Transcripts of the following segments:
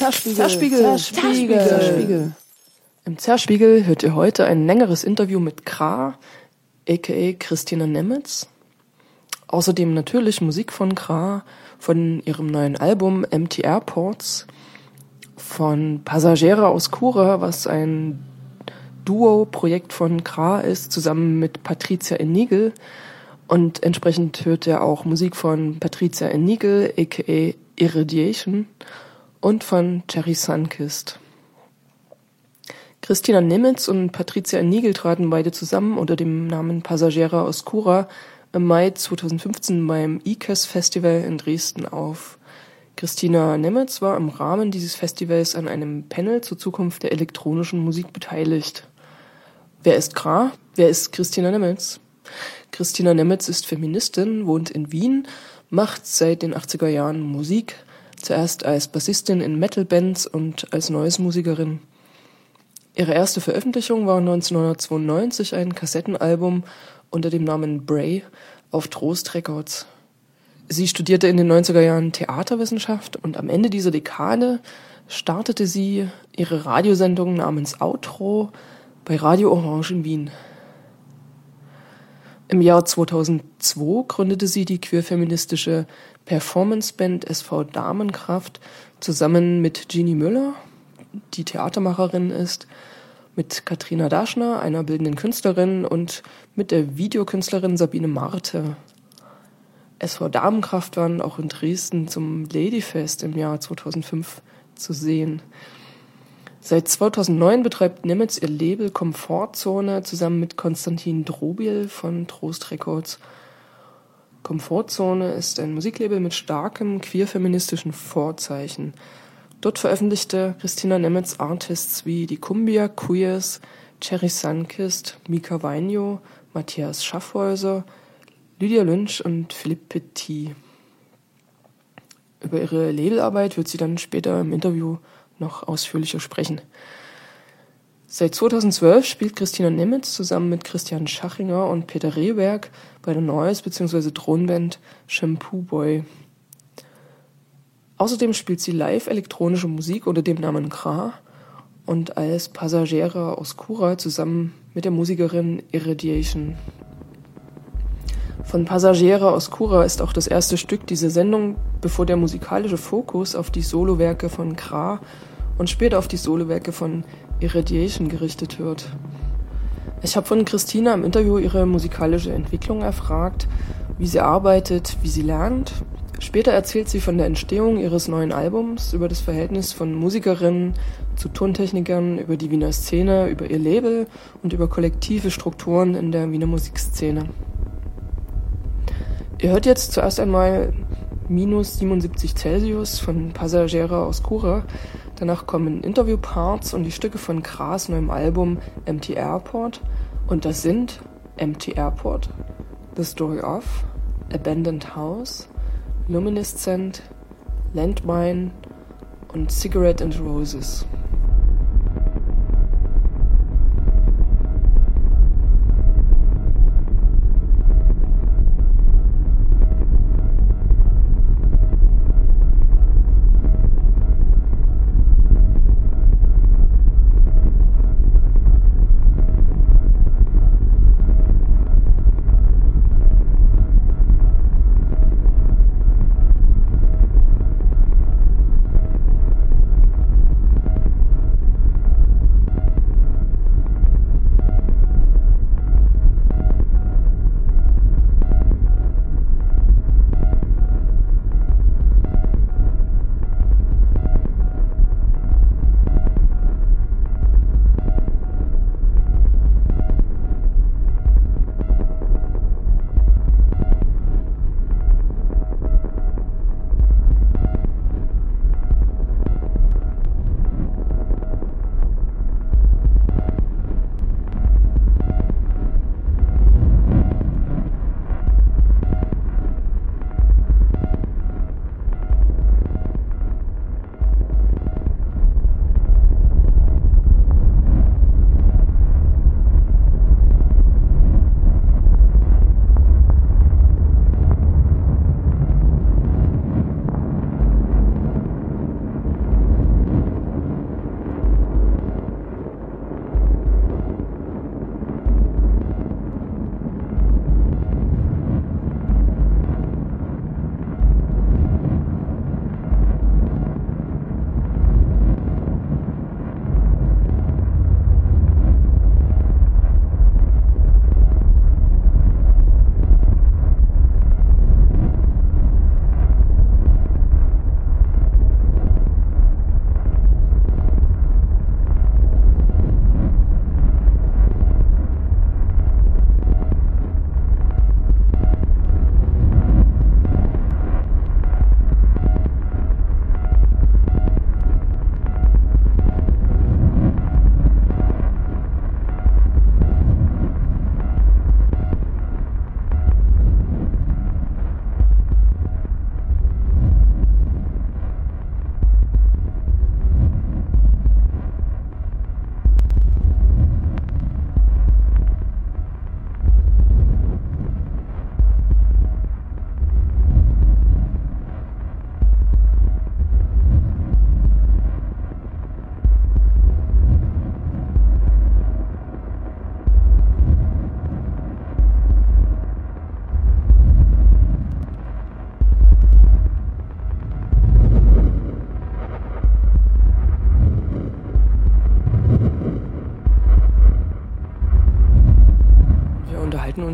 Zerspiegel. Im Zerspiegel hört ihr heute ein längeres Interview mit Kra, aka Christina Nemetz. Außerdem natürlich Musik von Kra, von ihrem neuen Album Empty Airports, von Passagiere Oscura, was ein Duo-Projekt von Kra ist, zusammen mit Patricia Enigel. Und entsprechend hört ihr auch Musik von Patricia Enigel, aka Irradiation, und von Jerry Sunkist. Christina Nemetz und Patricia Enigel traten beide zusammen unter dem Namen Passagiere Oscura im Mai 2015 beim ICAS Festival in Dresden auf. Christina Nemetz war im Rahmen dieses Festivals an einem Panel zur Zukunft der elektronischen Musik beteiligt. Wer ist Kra? Wer ist Christina Nemetz? Christina Nemetz ist Feministin, wohnt in Wien, macht seit den 80er Jahren Musik, zuerst als Bassistin in Metal-Bands und als Noise-Musikerin. Ihre erste Veröffentlichung war 1992 ein Kassettenalbum unter dem Namen Bray auf Trost Records. Sie studierte in den 90er Jahren Theaterwissenschaft und am Ende dieser Dekade startete sie ihre Radiosendung namens Outro bei Radio Orange in Wien. Im Jahr 2002 gründete sie die queerfeministische Performanceband SV Damenkraft zusammen mit Jeannie Müller, die Theatermacherin ist, mit Katrina Daschner, einer bildenden Künstlerin, und mit der Videokünstlerin Sabine Marte. SV Damenkraft waren auch in Dresden zum Ladyfest im Jahr 2005 zu sehen. Seit 2009 betreibt Nemetz ihr Label Komfortzone zusammen mit Konstantin Drobil von Trost Records. Komfortzone ist ein Musiklabel mit starkem queer-feministischen Vorzeichen. Dort veröffentlichte Christina Nemetz Artists wie die Cumbia Queers, Jerry Sunkist, Mika Vainio, Matthias Schaffhäuser, Lydia Lynch und Philippe Petit. Über ihre Labelarbeit wird sie dann später im Interview noch ausführlicher sprechen. Seit 2012 spielt Christina Nemetz zusammen mit Christian Schachinger und Peter Rehberg bei der Noise- bzw. Drohnenband Shampoo Boy. Außerdem spielt sie live elektronische Musik unter dem Namen Kra und als Passagiere Oscura zusammen mit der Musikerin Irradiation. Von Passagiere Oscura ist auch das erste Stück dieser Sendung, bevor der musikalische Fokus auf die Solowerke von Kra und später auf die Solowerke von Irradiation gerichtet wird. Ich habe von Christina im Interview ihre musikalische Entwicklung erfragt, wie sie arbeitet, wie sie lernt. Später erzählt sie von der Entstehung ihres neuen Albums, über das Verhältnis von Musikerinnen zu Tontechnikern, über die Wiener Szene, über ihr Label und über kollektive Strukturen in der Wiener Musikszene. Ihr hört jetzt zuerst einmal -77 Celsius von Passagiere Oscura. Danach kommen Interviewparts und die Stücke von Kras neuem Album Empty Airport. Und das sind Empty Airport, The Story of, Abandoned House, Luminescent, Landmine und Cigarette and Roses.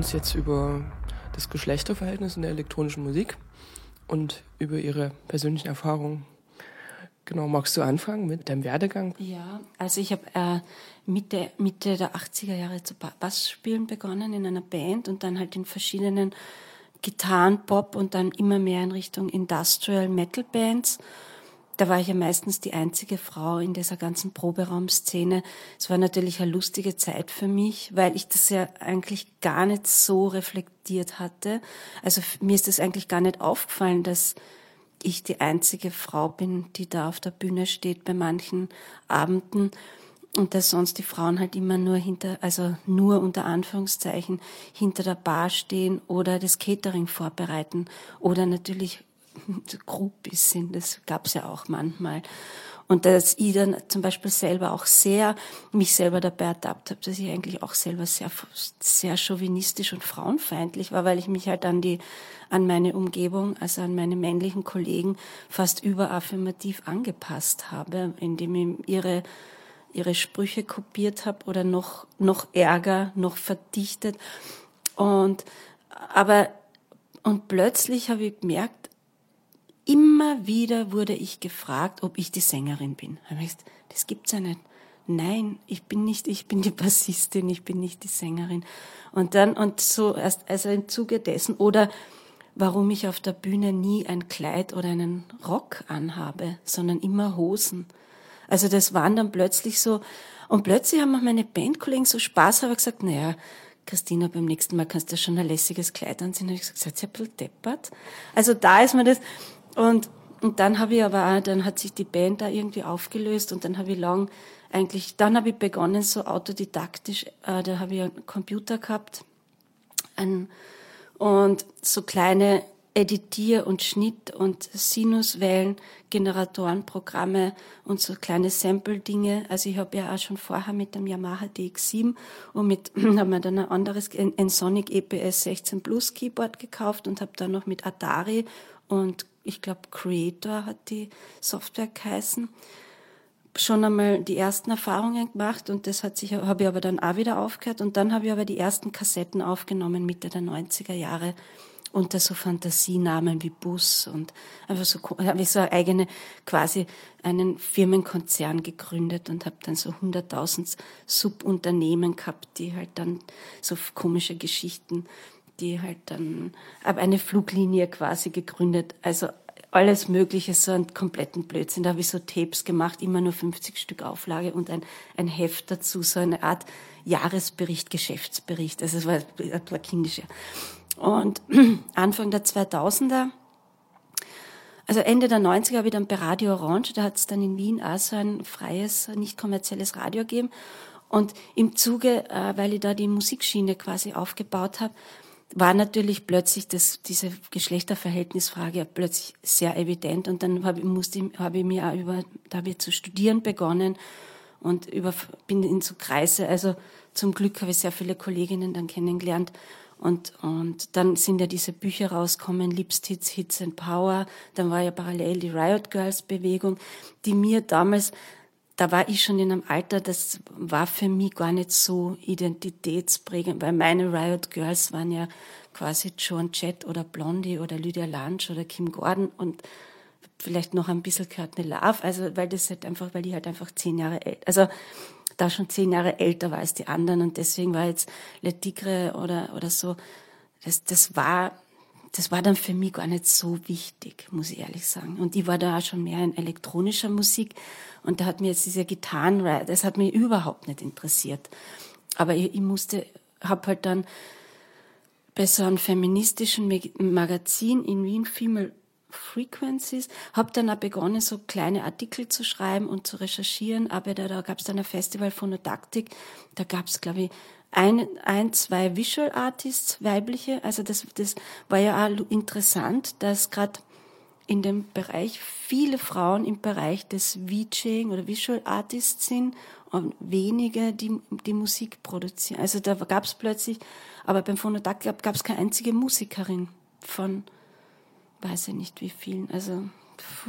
uns jetzt über das Geschlechterverhältnis in der elektronischen Musik und über ihre persönlichen Erfahrungen. Genau, magst du anfangen mit deinem Werdegang? Ja, also ich habe Mitte der 80er Jahre zu Bassspielen begonnen in einer Band und dann halt in verschiedenen Gitarren, Pop und dann immer mehr in Richtung Industrial Metal Bands. Da war ich ja meistens die einzige Frau in dieser ganzen Proberaumszene. Es war natürlich eine lustige Zeit für mich, weil ich das ja eigentlich gar nicht so reflektiert hatte. Also mir ist das eigentlich gar nicht aufgefallen, dass ich die einzige Frau bin, die da auf der Bühne steht bei manchen Abenden und dass sonst die Frauen halt immer nur unter Anführungszeichen hinter der Bar stehen oder das Catering vorbereiten oder natürlich Groupies sind, das gab's ja auch manchmal. Und dass ich dann zum Beispiel selber auch mich selber dabei ertappt habe, dass ich eigentlich auch selber sehr chauvinistisch und frauenfeindlich war, weil ich mich halt an meine Umgebung, also an meine männlichen Kollegen fast überaffirmativ angepasst habe, indem ich ihre Sprüche kopiert habe oder noch ärger, noch verdichtet. Und plötzlich habe ich gemerkt, immer wieder wurde ich gefragt, ob ich die Sängerin bin. Da habe ich gesagt, das gibt's ja nicht. Nein, ich bin die Bassistin, ich bin nicht die Sängerin. Und so erst, also im Zuge dessen, oder warum ich auf der Bühne nie ein Kleid oder einen Rock anhabe, sondern immer Hosen. Also das waren dann plötzlich so, und plötzlich haben auch meine Bandkollegen so spaßhalber gesagt, naja, Christina, beim nächsten Mal kannst du schon ein lässiges Kleid anziehen. Da habe ich gesagt, seid ihr ein bisschen deppert? Also da ist mir das, und dann dann hat sich die Band da irgendwie aufgelöst und dann habe ich begonnen so autodidaktisch, da habe ich einen Computer gehabt und so kleine Editier- und Schnitt- und Sinuswellen-Generatorenprogramme und so kleine Sample-Dinge. Also ich habe ja auch schon vorher mit dem Yamaha DX7 und haben wir dann ein Sonic EPS 16 Plus Keyboard gekauft und habe dann noch mit Atari und ich glaube Creator hat die Software geheißen, schon einmal die ersten Erfahrungen gemacht und habe ich aber dann auch wieder aufgehört und dann habe ich aber die ersten Kassetten aufgenommen Mitte der 90er Jahre unter so Fantasienamen wie Bus und einfach so habe ich quasi einen Firmenkonzern gegründet und habe dann so 100.000 Subunternehmen gehabt, die halt dann so komische Geschichten, habe eine Fluglinie quasi gegründet, also alles Mögliche, so einen kompletten Blödsinn. Da habe ich so Tapes gemacht, immer nur 50 Stück Auflage und ein Heft dazu, so eine Art Jahresbericht, Geschäftsbericht. Also es war kindisch. Und Anfang der 2000er, also Ende der 90er habe ich dann bei Radio Orange, da hat es dann in Wien auch so ein freies, nicht kommerzielles Radio gegeben. Und im Zuge, weil ich da die Musikschiene quasi aufgebaut habe, war natürlich plötzlich diese Geschlechterverhältnisfrage plötzlich sehr evident und dann habe ich zu studieren begonnen und bin in so Kreise, also zum Glück habe ich sehr viele Kolleginnen dann kennengelernt und dann sind ja diese Bücher rausgekommen, Lipstits, Hits and Power, dann war ja parallel die Riot Girls Bewegung, die mir damals, da war ich schon in einem Alter, das war für mich gar nicht so identitätsprägend, weil meine Riot Girls waren ja quasi Joan Jett oder Blondie oder Lydia Lunch oder Kim Gordon und vielleicht noch ein bisschen Courtney Love, also weil die halt einfach 10 Jahre älter, also da schon 10 Jahre älter war als die anderen und deswegen war jetzt Le Tigre oder so, das war dann für mich gar nicht so wichtig, muss ich ehrlich sagen. Und ich war da auch schon mehr in elektronischer Musik und da hat mir jetzt diese Gitarren, das hat mich überhaupt nicht interessiert. Aber habe halt dann bei so einem feministischen Magazin in Wien, Female Frequencies, habe dann auch begonnen, so kleine Artikel zu schreiben und zu recherchieren. Aber da gab es dann ein Festival von Phonodaktik, da gab es, glaube ich, zwei Visual Artists, weibliche. Also das war ja auch interessant, dass gerade in dem Bereich viele Frauen im Bereich des VJing oder Visual Artists sind und wenige, die Musik produzieren. Also da gab es plötzlich, aber beim Phonodaktik gab es keine einzige Musikerin von, weiß ich nicht wie vielen, also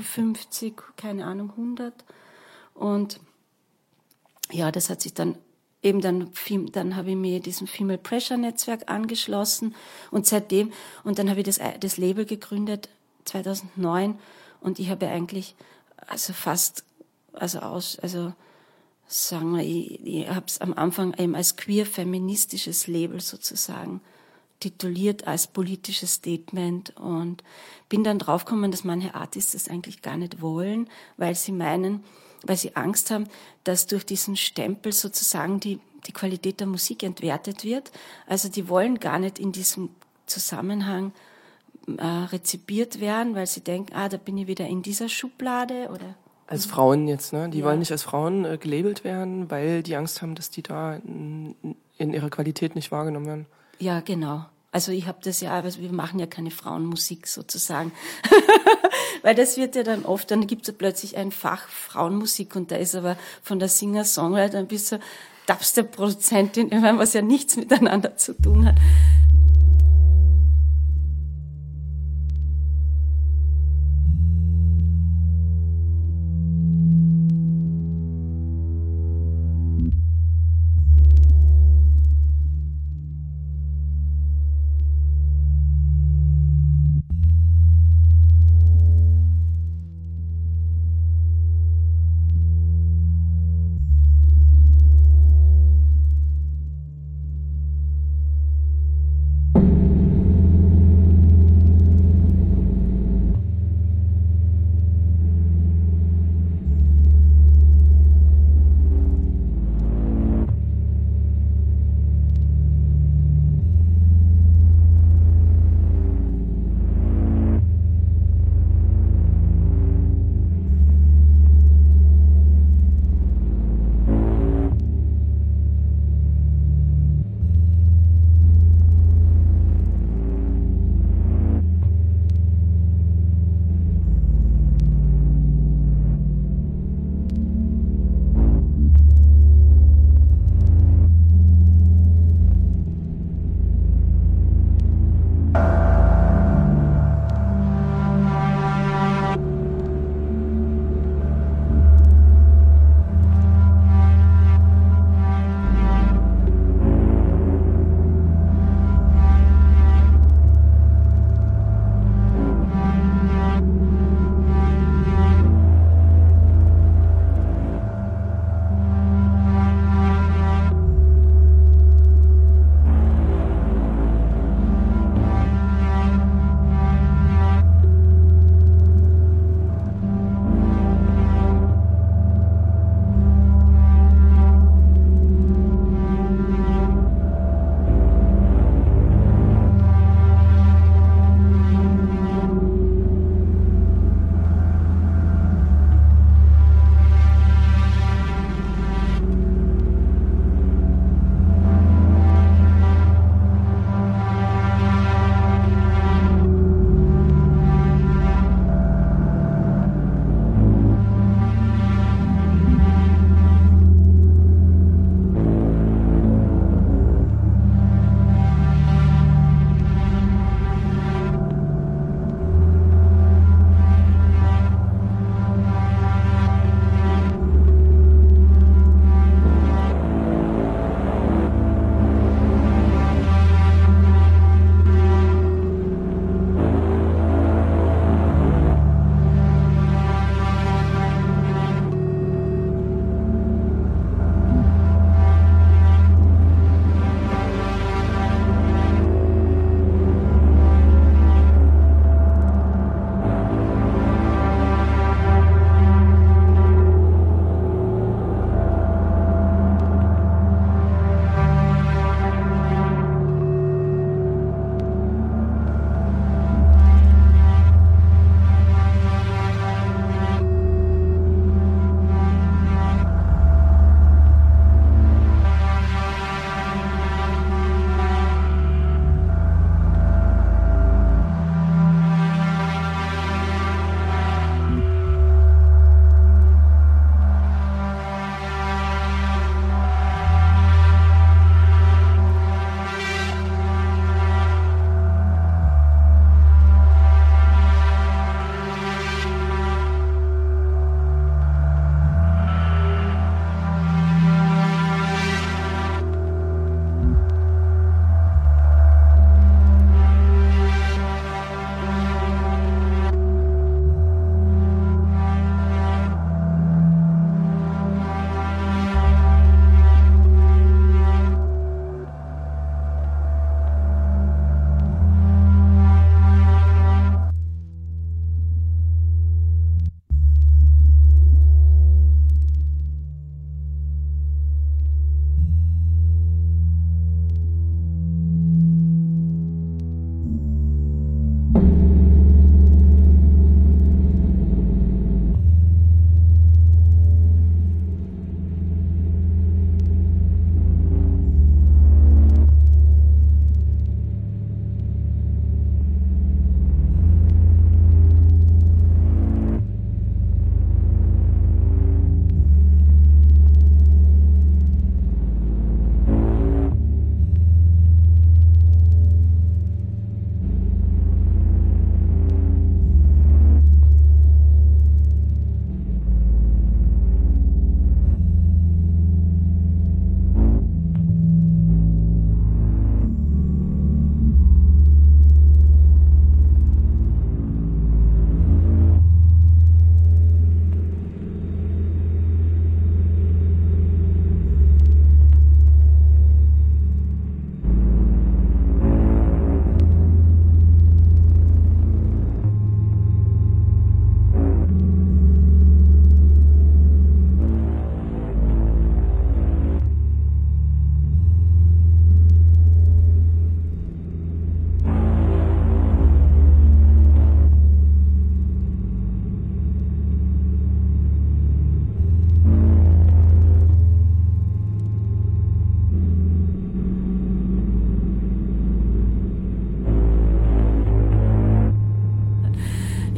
50, keine Ahnung, 100. Und ja, das hat sich dann eben dann habe ich mir diesem Female Pressure Netzwerk angeschlossen und seitdem, und dann habe ich das Label gegründet 2009 und ich habe eigentlich sagen wir, ich habe es am Anfang eben als queer-feministisches Label sozusagen tituliert, als politisches Statement und bin dann draufgekommen, dass manche Artists das eigentlich gar nicht wollen, weil sie Angst haben, dass durch diesen Stempel sozusagen die Qualität der Musik entwertet wird. Also die wollen gar nicht in diesem Zusammenhang rezipiert werden, weil sie denken, da bin ich wieder in dieser Schublade oder... Als Frauen jetzt, ne? Die wollen nicht als Frauen gelabelt werden, weil die Angst haben, dass die da in ihrer Qualität nicht wahrgenommen werden. Ja, genau. Also ich habe das also wir machen ja keine Frauenmusik sozusagen. Weil das wird ja dann oft, dann gibt es ja plötzlich ein Fach Frauenmusik und da ist aber von der Singer-Songwriter bis zur Dubstep-Produzentin, was ja nichts miteinander zu tun hat.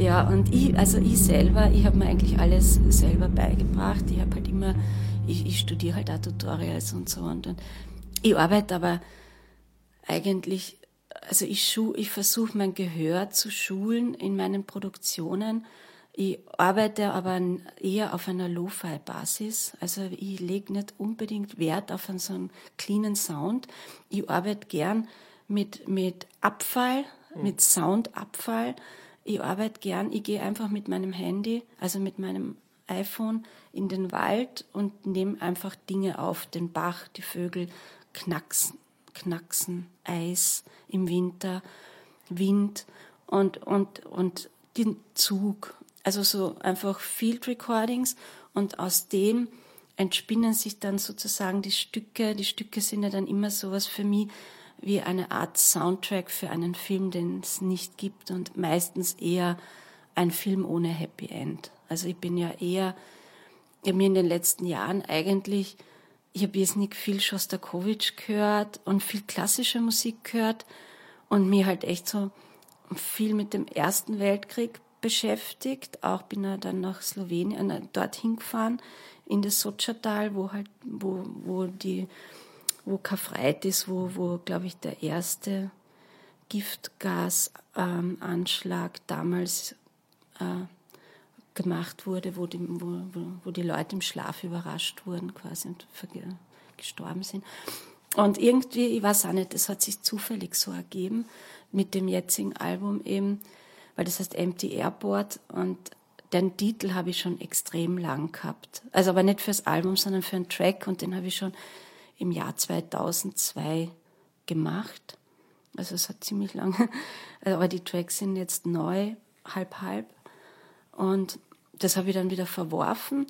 Ja, und ich selber, ich habe mir eigentlich alles selber beigebracht. Ich habe halt immer, ich studiere halt auch Tutorials und so. Und ich arbeite aber eigentlich, also ich versuche mein Gehör zu schulen in meinen Produktionen. Ich arbeite aber eher auf einer Lo-Fi-Basis. Also ich lege nicht unbedingt Wert auf so einen cleanen Sound. Ich arbeite gern mit Abfall, mit Soundabfall. Ich arbeite gern, ich gehe einfach mit meinem Handy, also mit meinem iPhone in den Wald und nehme einfach Dinge auf, den Bach, die Vögel, Knacksen, Eis im Winter, Wind und den Zug. Also so einfach Field Recordings und aus dem entspinnen sich dann sozusagen die Stücke. Die Stücke sind ja dann immer sowas für mich wie eine Art Soundtrack für einen Film, den es nicht gibt und meistens eher ein Film ohne Happy End. Also ich habe mir in den letzten Jahren eigentlich, ich habe jetzt nicht viel Schostakowitsch gehört und viel klassische Musik gehört und mir halt echt so viel mit dem Ersten Weltkrieg beschäftigt. Auch bin ich dann nach Slowenien dorthin gefahren, in das Sotschertal, wo Karfreitag ist, wo glaube ich der erste Giftgasanschlag damals gemacht wurde, wo die Leute im Schlaf überrascht wurden quasi und gestorben sind. Und irgendwie, ich weiß auch nicht, das hat sich zufällig so ergeben mit dem jetzigen Album eben, weil das heißt Empty Airport und den Titel habe ich schon extrem lang gehabt. Also aber nicht fürs Album, sondern für einen Track und den habe ich schon im Jahr 2002 gemacht. Also es hat ziemlich lange, aber die Tracks sind jetzt neu, halb. Und das habe ich dann wieder verworfen.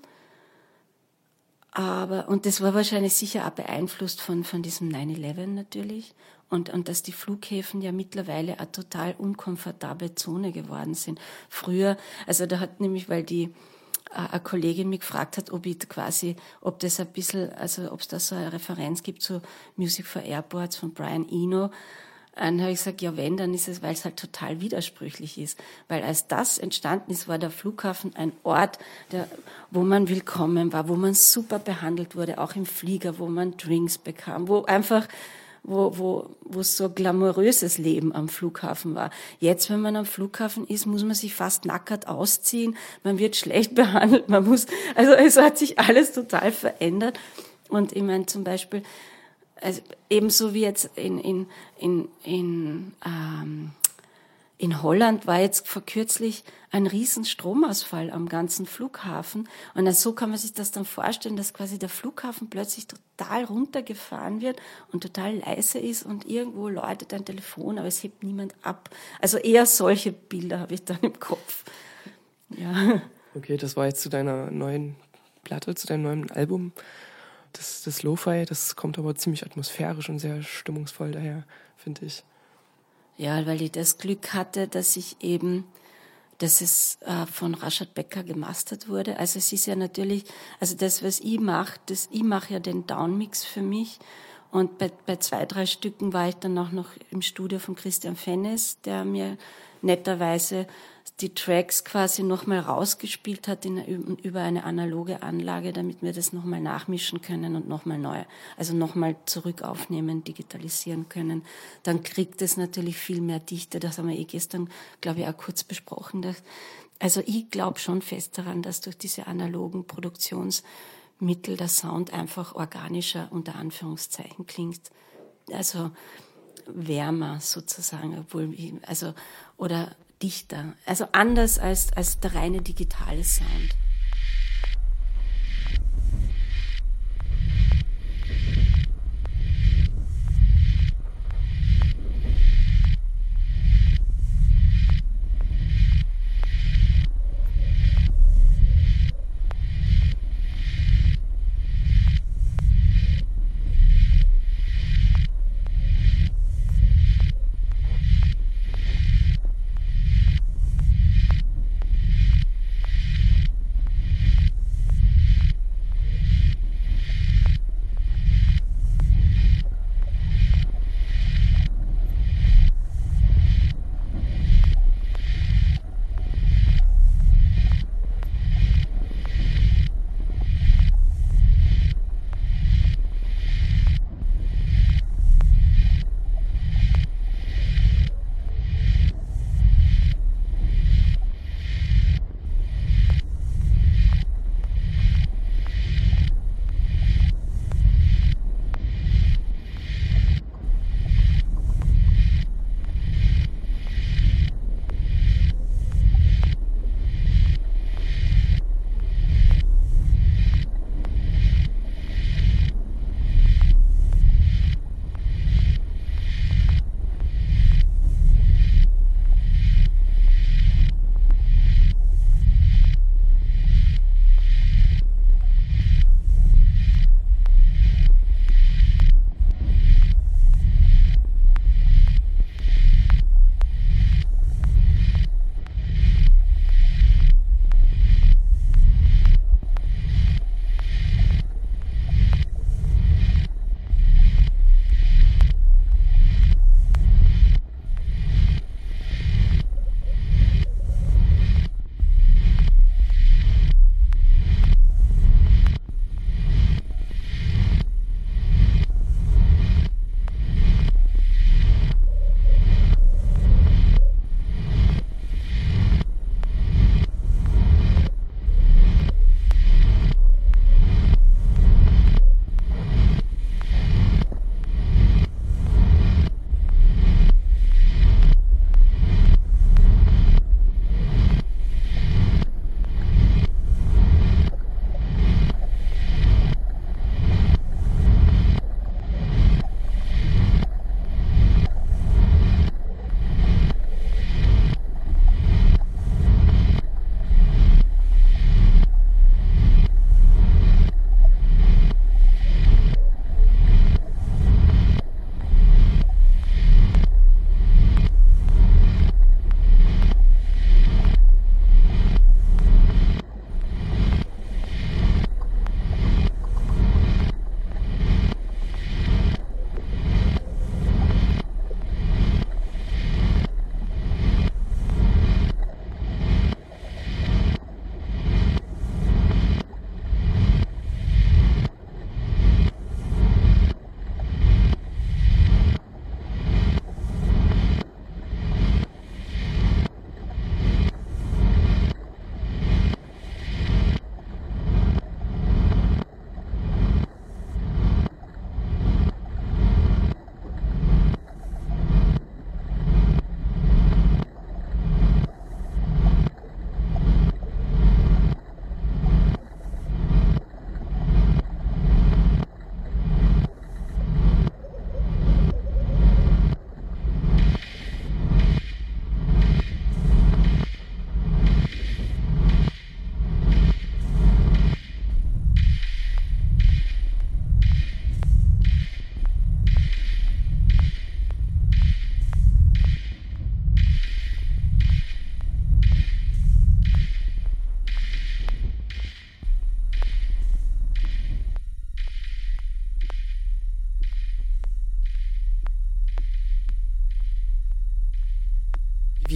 Und das war wahrscheinlich sicher auch beeinflusst von diesem 9/11 natürlich. Und dass die Flughäfen ja mittlerweile eine total unkomfortable Zone geworden sind. Früher, also da hat nämlich, weil eine Kollegin mich gefragt hat, ob das ein bisschen, also ob es da so eine Referenz gibt zu Music for Airports von Brian Eno. Dann habe ich gesagt, ja wenn, dann ist es, weil es halt total widersprüchlich ist. Weil als das entstanden ist, war der Flughafen ein Ort, wo man willkommen war, wo man super behandelt wurde, auch im Flieger, wo man Drinks bekam, wo so glamouröses Leben am Flughafen war. Jetzt, wenn man am Flughafen ist, muss man sich fast nackert ausziehen, man wird schlecht behandelt, also es hat sich alles total verändert. Und ich meine zum Beispiel, also ebenso wie jetzt in Holland war jetzt vor kürzlich ein riesen Stromausfall am ganzen Flughafen. Und so kann man sich das dann vorstellen, dass quasi der Flughafen plötzlich total runtergefahren wird und total leise ist und irgendwo läutet ein Telefon, aber es hebt niemand ab. Also eher solche Bilder habe ich dann im Kopf. Ja. Okay, das war jetzt zu deiner neuen Platte, zu deinem neuen Album. Das Lo-Fi, das kommt aber ziemlich atmosphärisch und sehr stimmungsvoll daher, finde ich. Ja, weil ich das Glück hatte, dass es von Rashad Becker gemastert wurde. Also es ist ja natürlich, also das, was ich mache ja den Downmix für mich. Und bei 2-3 Stücken war ich dann auch noch im Studio von Christian Fennes, der mir netterweise die Tracks quasi nochmal rausgespielt hat über eine analoge Anlage, damit wir das nochmal nachmischen können und nochmal neu, also nochmal zurück aufnehmen, digitalisieren können. Dann kriegt es natürlich viel mehr Dichte. Das haben wir gestern, glaube ich, auch kurz besprochen. Also ich glaube schon fest daran, dass durch diese analogen Produktionsmittel der Sound einfach organischer, unter Anführungszeichen, klingt. Also wärmer sozusagen, oder dichter. Also anders als der reine digitale Sound.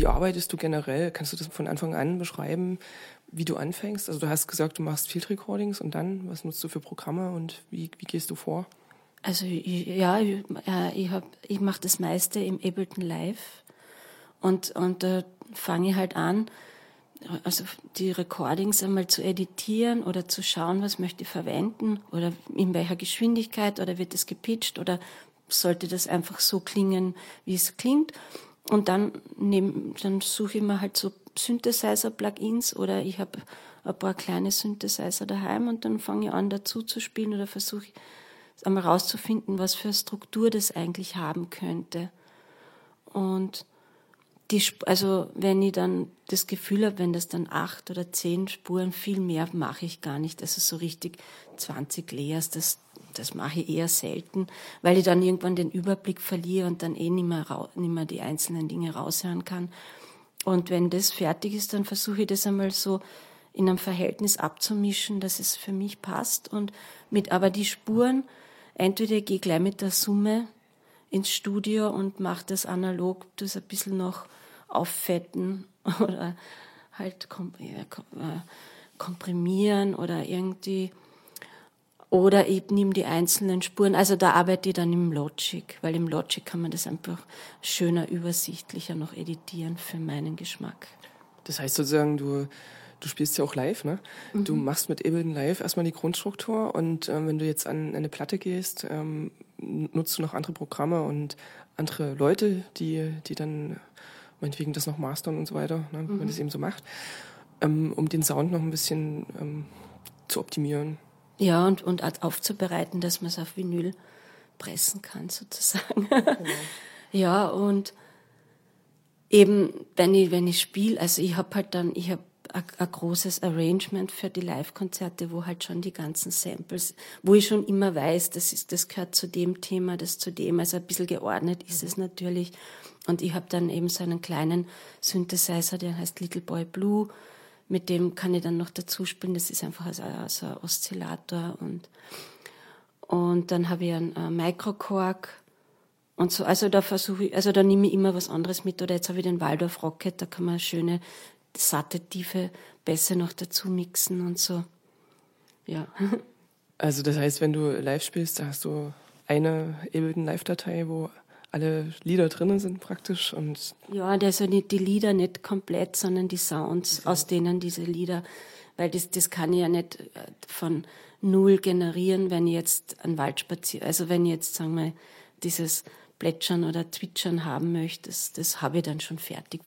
Wie arbeitest du generell? Kannst du das von Anfang an beschreiben, wie du anfängst? Also du hast gesagt, du machst Field Recordings und dann, was nutzt du für Programme und wie gehst du vor? Also ich mache das meiste im Ableton Live und da fange ich halt an, also die Recordings einmal zu editieren oder zu schauen, was möchte ich verwenden oder in welcher Geschwindigkeit oder wird es gepitcht oder sollte das einfach so klingen, wie es klingt. Und dann suche ich mir halt so Synthesizer-Plugins oder ich habe ein paar kleine Synthesizer daheim und dann fange ich an, dazu zu spielen oder versuche einmal rauszufinden, was für eine Struktur das eigentlich haben könnte. Und also wenn ich dann das Gefühl habe, wenn das dann 8 oder 10 Spuren, viel mehr mache ich gar nicht. Also so richtig 20 Layers, das mache ich eher selten, weil ich dann irgendwann den Überblick verliere und dann nicht mehr die einzelnen Dinge raushören kann. Und wenn das fertig ist, dann versuche ich das einmal so in einem Verhältnis abzumischen, dass es für mich passt. Aber die Spuren, entweder gehe ich gleich mit der Summe ins Studio und mache das analog, das ein bisschen noch auffetten oder halt komprimieren oder irgendwie. Oder ich nehme die einzelnen Spuren. Also da arbeite ich dann im Logic, weil im Logic kann man das einfach schöner, übersichtlicher noch editieren für meinen Geschmack. Das heißt sozusagen, du spielst ja auch live, ne? Mhm. Du machst mit Ableton Live erstmal die Grundstruktur und wenn du jetzt an eine Platte gehst, nutzt du noch andere Programme und andere Leute, die dann meinetwegen das noch mastern und so weiter, ne, wenn man das eben so macht, um den Sound noch ein bisschen zu optimieren. Ja, und aufzubereiten, dass man es auf Vinyl pressen kann, sozusagen. Genau. Ja, und eben, wenn ich spiele, also ich habe ein großes Arrangement für die Live-Konzerte, wo halt schon die ganzen Samples, wo ich schon immer weiß, das gehört zu dem Thema, das zu dem, also ein bisschen geordnet ist es natürlich. Und ich habe dann eben so einen kleinen Synthesizer, der heißt Little Boy Blue, mit dem kann ich dann noch dazu spielen, das ist einfach so ein Oszillator und dann habe ich einen Microkorg und so, also da nehme ich immer was anderes mit, oder jetzt habe ich den Waldorf Rocket, da kann man schöne satte, tiefe Bässe noch dazu mixen und so. Ja. Also das heißt, wenn du live spielst, da hast du eine Ableton Live-Datei, wo alle Lieder drinnen sind praktisch und ja, also nicht die Lieder nicht komplett, sondern die Sounds, aus denen diese Lieder, weil das kann ich ja nicht von null generieren, wenn ich jetzt einen Waldspaziergang, also wenn ich jetzt, sagen wir, dieses Plätschern oder Zwitschern haben möchte, das habe ich dann schon fertig.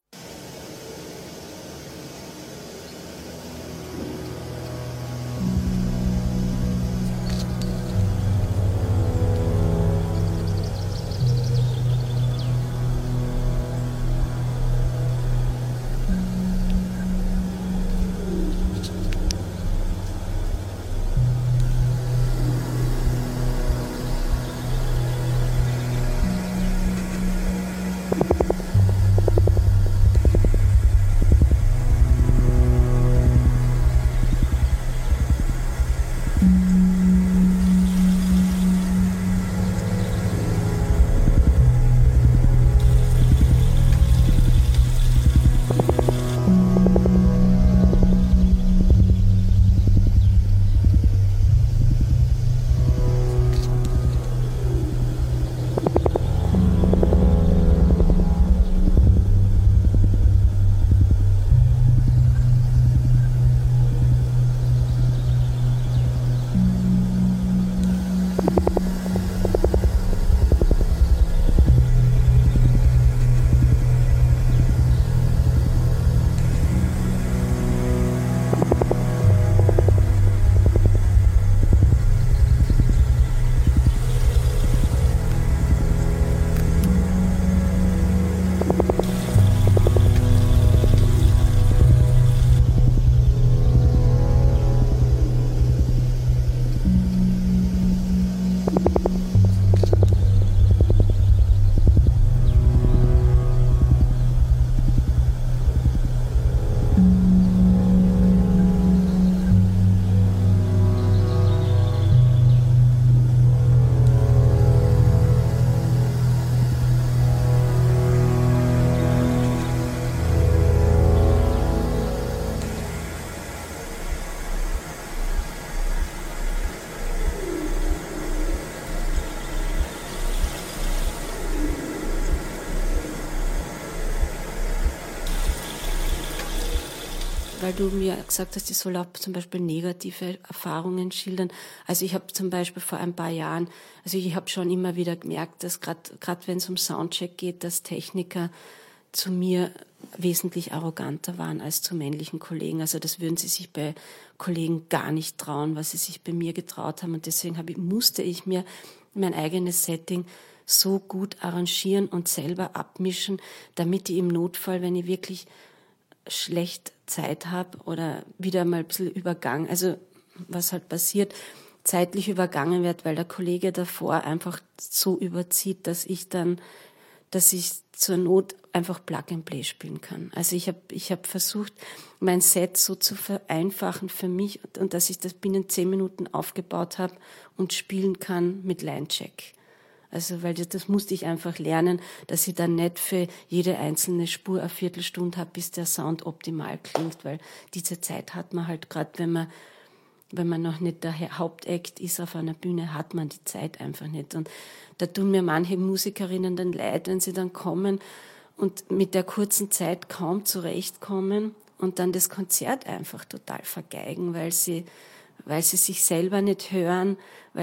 weil du mir gesagt hast, ich soll auch zum Beispiel negative Erfahrungen schildern. Also ich habe zum Beispiel vor ein paar Jahren, also ich habe schon immer wieder gemerkt, dass gerade wenn es um Soundcheck geht, dass Techniker zu mir wesentlich arroganter waren als zu männlichen Kollegen. Also das würden sie sich bei Kollegen gar nicht trauen, was sie sich bei mir getraut haben. Und deswegen musste ich mir mein eigenes Setting so gut arrangieren und selber abmischen, damit ich im Notfall, wenn ich wirklich schlecht Zeit habe oder wieder mal ein bisschen also was halt passiert, zeitlich übergangen wird, weil der Kollege davor einfach so überzieht, dass ich zur Not einfach Plug and Play spielen kann. Also ich hab versucht, mein Set so zu vereinfachen für mich und dass ich das binnen 10 Minuten aufgebaut habe und spielen kann mit Line-Check. Also, weil das musste ich einfach lernen, dass ich dann nicht für jede einzelne Spur eine Viertelstunde habe, bis der Sound optimal klingt, weil diese Zeit hat man halt gerade, wenn man noch nicht der Hauptakt ist auf einer Bühne, hat man die Zeit einfach nicht. Und da tun mir manche Musikerinnen dann leid, wenn sie dann kommen und mit der kurzen Zeit kaum zurechtkommen und dann das Konzert einfach total vergeigen, weil sie sich selber nicht hören,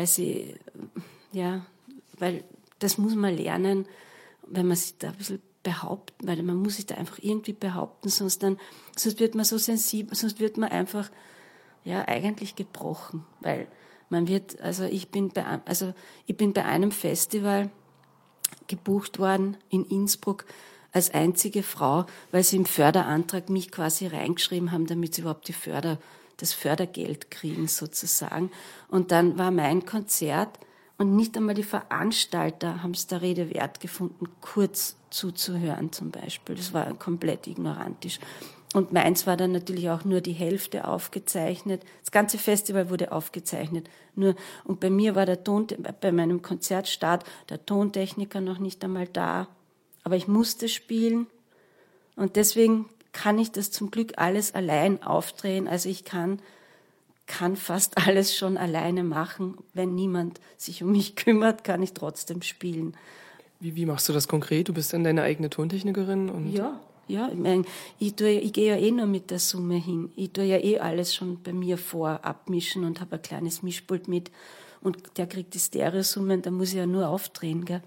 weil das muss man lernen, wenn man sich da ein bisschen behauptet, weil man muss sich da einfach irgendwie behaupten, sonst wird man so sensibel, sonst wird man einfach, eigentlich gebrochen, weil ich bin bei einem Festival gebucht worden in Innsbruck als einzige Frau, weil sie im Förderantrag mich quasi reingeschrieben haben, damit sie überhaupt das Fördergeld kriegen sozusagen. Und dann war mein Konzert und nicht einmal die Veranstalter haben es der Rede wert gefunden, kurz zuzuhören zum Beispiel. Das war komplett ignorantisch. Und meins war dann natürlich auch nur die Hälfte aufgezeichnet. Das ganze Festival wurde aufgezeichnet. Und bei mir war bei meinem Konzertstart der Tontechniker noch nicht einmal da. Aber ich musste spielen. Und deswegen kann ich das zum Glück alles allein aufdrehen. Also ich kann fast alles schon alleine machen. Wenn niemand sich um mich kümmert, kann ich trotzdem spielen. Wie machst du das konkret? Du bist dann deine eigene Tontechnikerin? Und Ja, ich gehe ja nur mit der Summe hin. Ich tue ja alles schon bei mir abmischen und habe ein kleines Mischpult mit. Und der kriegt die Stereosummen, da muss ich ja nur aufdrehen, gell?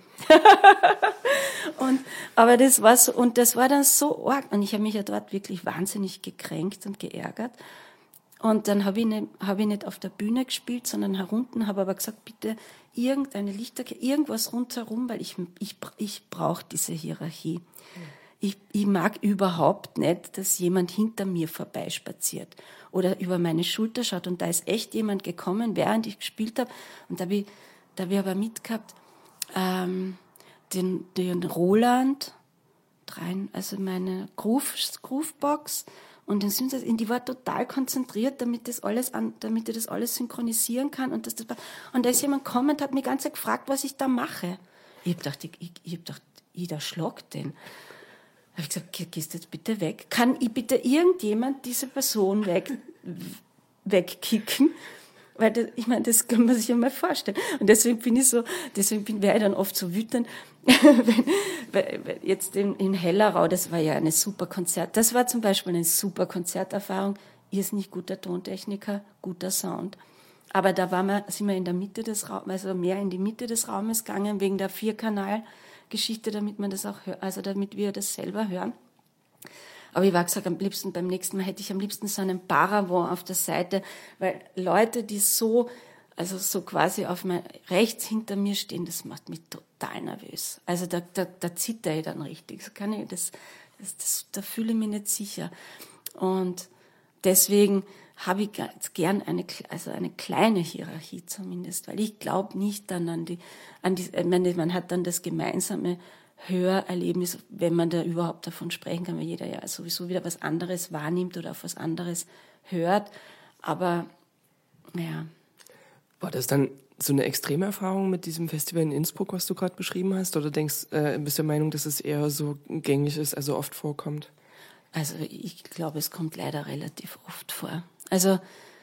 Aber das war so, und das war dann so arg. Und ich habe mich ja dort wirklich wahnsinnig gekränkt und geärgert. Und dann habe ich nicht auf der Bühne gespielt, sondern herunten, habe aber gesagt, bitte irgendeine Lichterkette, irgendwas rundherum, weil ich brauche diese Hierarchie. Ich mag überhaupt nicht, dass jemand hinter mir vorbeispaziert oder über meine Schulter schaut. Und da ist echt jemand gekommen, während ich gespielt habe. Und da habe ich aber mitgehabt, den Roland, also meine Groovebox, und den Synthesizer, die war total konzentriert, damit ich das alles synchronisieren kann. Und da ist jemand gekommen und hat mich die ganze Zeit gefragt, was ich da mache. Ich hab gedacht, Ida schlagt den. Da habe ich gesagt, gehst jetzt bitte weg. Kann ich bitte irgendjemand diese Person wegkicken? Weil das kann man sich ja mal vorstellen. Und deswegen wäre ich dann oft so wütend, wenn jetzt in Hellerau, das war ja eine super das war zum Beispiel eine super Konzerterfahrung. Ihr ist nicht guter Tontechniker, guter Sound. Aber da sind wir in der Mitte des Raumes, also mehr in die Mitte des Raumes gegangen, wegen der 4-Kanal-Geschichte, damit man das auch hört, also damit wir das selber hören. Aber ich war gesagt, beim nächsten Mal hätte ich am liebsten so einen Paravent auf der Seite, weil Leute, die so quasi rechts hinter mir stehen, das macht mich total nervös. Also da zitter ich dann richtig. Da fühle ich mich nicht sicher. Und deswegen habe ich ganz gern eine kleine Hierarchie zumindest, weil ich glaube nicht dann man hat dann das gemeinsame Hörerlebnis, wenn man da überhaupt davon sprechen kann, weil jeder ja sowieso wieder was anderes wahrnimmt oder auf was anderes hört. Aber, ja. War das dann so eine extreme Erfahrung mit diesem Festival in Innsbruck, was du gerade beschrieben hast? Oder bist du der Meinung, dass es eher so gängig ist, also oft vorkommt? Also ich glaube, es kommt leider relativ oft vor. Also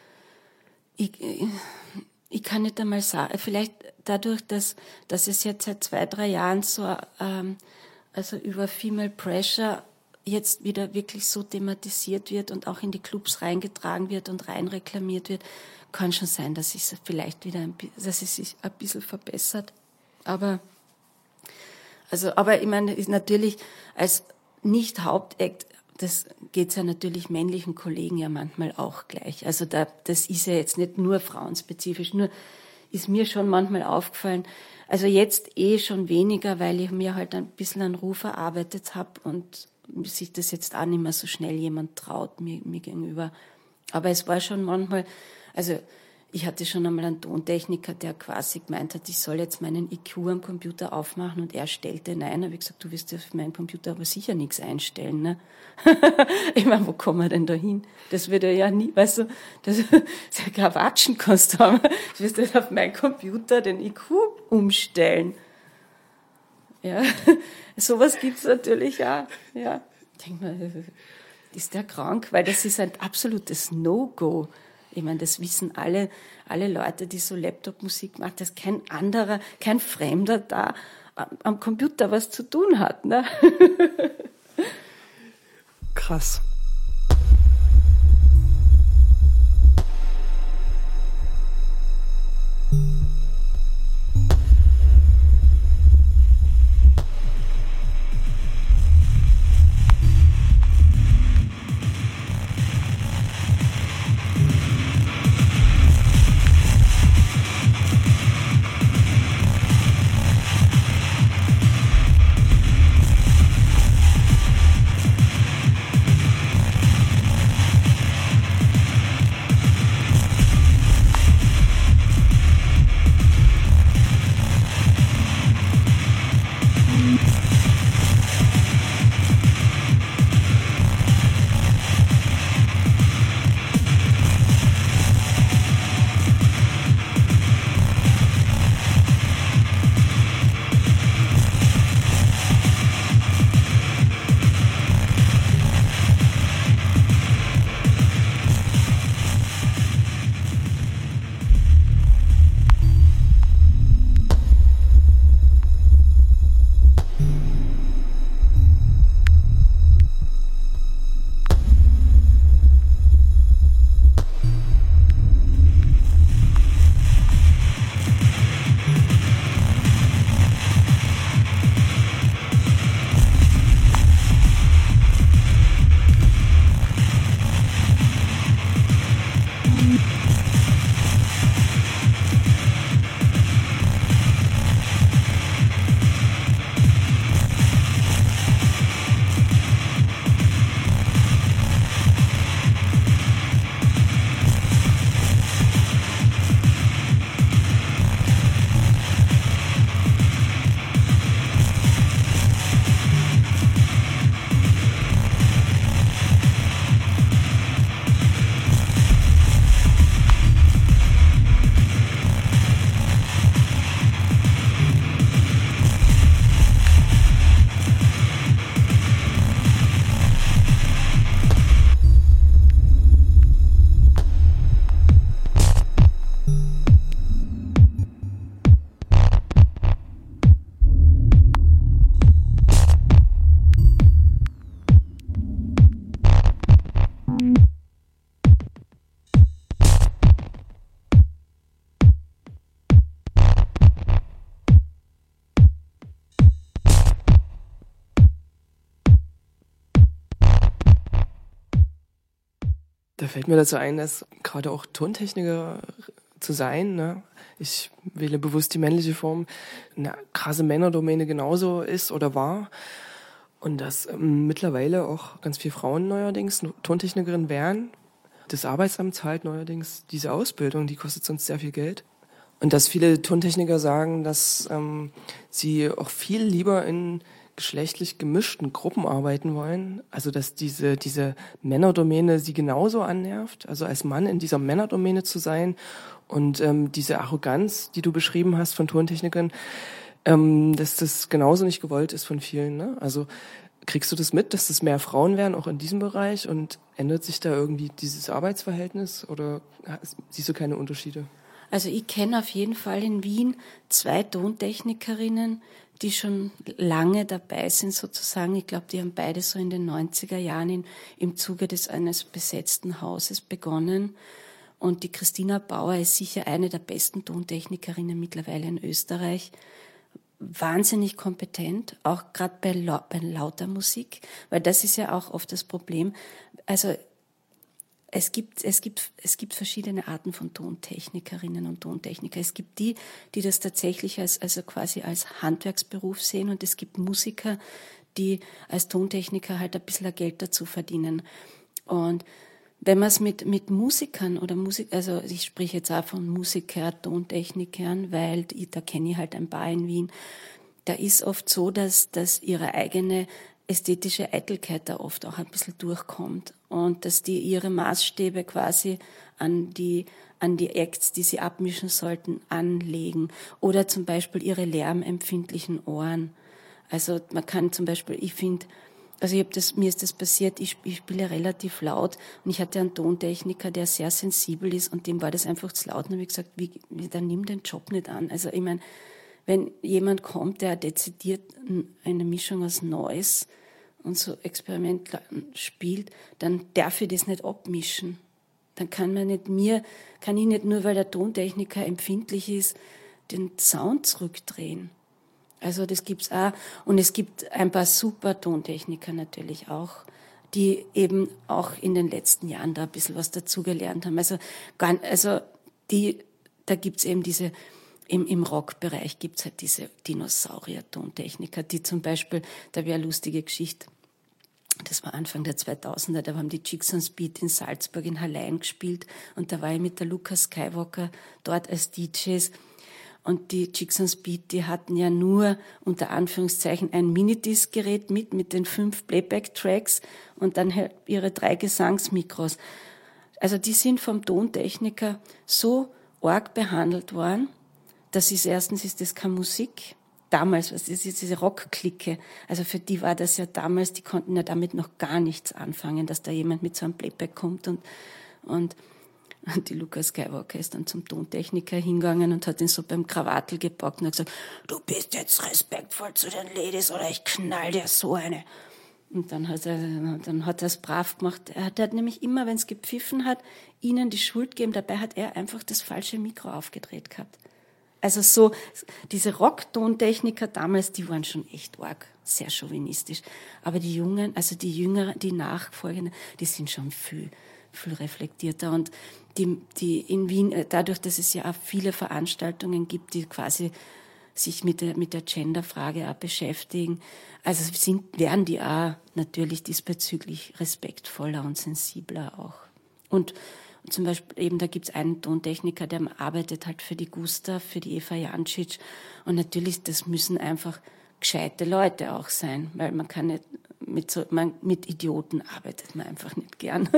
ich kann nicht einmal sagen, vielleicht dadurch, dass es jetzt seit 2-3 Jahren so, also über Female Pressure jetzt wieder wirklich so thematisiert wird und auch in die Clubs reingetragen wird und rein reklamiert wird, kann schon sein, dass es vielleicht wieder dass es sich ein bisschen verbessert. Aber ich meine, ist natürlich als Nicht-Hauptakt, das geht's ja natürlich männlichen Kollegen ja manchmal auch gleich. Also das ist ja jetzt nicht nur frauenspezifisch, nur ist mir schon manchmal aufgefallen, also jetzt schon weniger, weil ich mir halt ein bisschen einen Ruf erarbeitet habe und sich das jetzt auch nicht mehr so schnell jemand traut mir gegenüber. Aber es war schon manchmal, also ich hatte schon einmal einen Tontechniker, der quasi gemeint hat, ich soll jetzt meinen IQ am Computer aufmachen und er stellte nein. Habe ich gesagt, du wirst auf meinen Computer aber sicher nichts einstellen, ne? Ich meine, wo kommen wir denn da hin? Das wird ja nie, weißt du, das ist ja kein Watschen kannst du haben. Du wirst jetzt auf meinen Computer den IQ umstellen. Ja, sowas gibt's natürlich auch, ja. Ich denke mal, ist der krank? Weil das ist ein absolutes No-Go. Ich meine, das wissen alle Leute, die so Laptop-Musik machen, dass kein Fremder da am Computer was zu tun hat, ne? Krass. Da fällt mir dazu ein, dass gerade auch Tontechniker zu sein, ne? Ich wähle bewusst die männliche Form, eine krasse Männerdomäne genauso ist oder war. Und dass mittlerweile auch ganz viele Frauen neuerdings Tontechnikerinnen wären. Das Arbeitsamt zahlt neuerdings diese Ausbildung, die kostet sonst sehr viel Geld. Und dass viele Tontechniker sagen, dass sie auch viel lieber in geschlechtlich gemischten Gruppen arbeiten wollen. Also dass diese Männerdomäne sie genauso annervt, also als Mann in dieser Männerdomäne zu sein und diese Arroganz, die du beschrieben hast von Tontechnikern, dass das genauso nicht gewollt ist von vielen, ne? Also kriegst du das mit, dass das mehr Frauen werden, auch in diesem Bereich, und ändert sich da irgendwie dieses Arbeitsverhältnis oder siehst du keine Unterschiede? Also ich kenne auf jeden Fall in Wien 2 Tontechnikerinnen, die schon lange dabei sind sozusagen. Ich glaube, die haben beide so in den 90er Jahren im Zuge eines besetzten Hauses begonnen. Und die Christina Bauer ist sicher eine der besten Tontechnikerinnen mittlerweile in Österreich. Wahnsinnig kompetent, auch gerade bei lauter Musik, weil das ist ja auch oft das Problem. Also es gibt verschiedene Arten von Tontechnikerinnen und Tontechniker. Es gibt die das tatsächlich also quasi als Handwerksberuf sehen, und es gibt Musiker, die als Tontechniker halt ein bisschen Geld dazu verdienen. Und wenn man es mit Musikern oder also ich spreche jetzt auch von Tontechnikern, weil da kenne ich halt ein paar in Wien, da ist oft so, dass ihre eigene ästhetische Eitelkeit da oft auch ein bisschen durchkommt und dass die ihre Maßstäbe quasi an die Acts, die sie abmischen sollten, anlegen, oder zum Beispiel ihre lärmempfindlichen Ohren. Also man kann zum Beispiel, mir ist das passiert, ich spiele relativ laut und ich hatte einen Tontechniker, der sehr sensibel ist, und dem war das einfach zu laut, und habe ich gesagt, dann nimm den Job nicht an. Also ich meine, wenn jemand kommt, der dezidiert eine Mischung aus Noise und so Experiment spielt, dann darf ich das nicht abmischen. Dann kann ich nicht nur, weil der Tontechniker empfindlich ist, den Sound zurückdrehen. Also das gibt's auch. Und es gibt ein paar super Tontechniker natürlich auch, die eben auch in den letzten Jahren da ein bisschen was dazugelernt haben. Da gibt's eben im Rockbereich gibt's halt diese Dinosaurier-Tontechniker, die zum Beispiel, da wäre eine lustige Geschichte, das war Anfang der 2000er, da haben die Chicks on Speed in Salzburg in Hallein gespielt, und da war ich mit der Lukas Skywalker dort als DJs. Und die Chicks on Speed, die hatten ja nur, unter Anführungszeichen, ein Minidisc-Gerät mit den 5 Playback-Tracks und dann halt ihre 3 Gesangsmikros. Also die sind vom Tontechniker so arg behandelt worden, dass erstens ist das keine Musik. Damals, das ist diese Rockklicke. Also für die war das ja damals, die konnten ja damit noch gar nichts anfangen, dass da jemand mit so einem Playback kommt, und die Lukas Skywalker ist dann zum Tontechniker hingegangen und hat ihn so beim Krawattel gepackt und hat gesagt, du bist jetzt respektvoll zu den Ladies oder ich knall dir so eine. Und dann hat er es brav gemacht. Er hat nämlich immer, wenn es gepfiffen hat, ihnen die Schuld gegeben. Dabei hat er einfach das falsche Mikro aufgedreht gehabt. Also so, diese Rock-Tontechniker damals, die waren schon echt arg, sehr chauvinistisch. Aber die Jungen, also die Jüngeren, die Nachfolgenden, die sind schon viel reflektierter, und die in Wien, dadurch, dass es ja auch viele Veranstaltungen gibt, die quasi sich mit der Genderfrage auch beschäftigen, also werden die auch natürlich diesbezüglich respektvoller und sensibler auch. Und zum Beispiel eben, da gibt's einen Tontechniker, der arbeitet halt für die Gustav, für die Eva Jancic, und natürlich, das müssen einfach gescheite Leute auch sein, weil man kann nicht mit Idioten arbeitet man einfach nicht gern.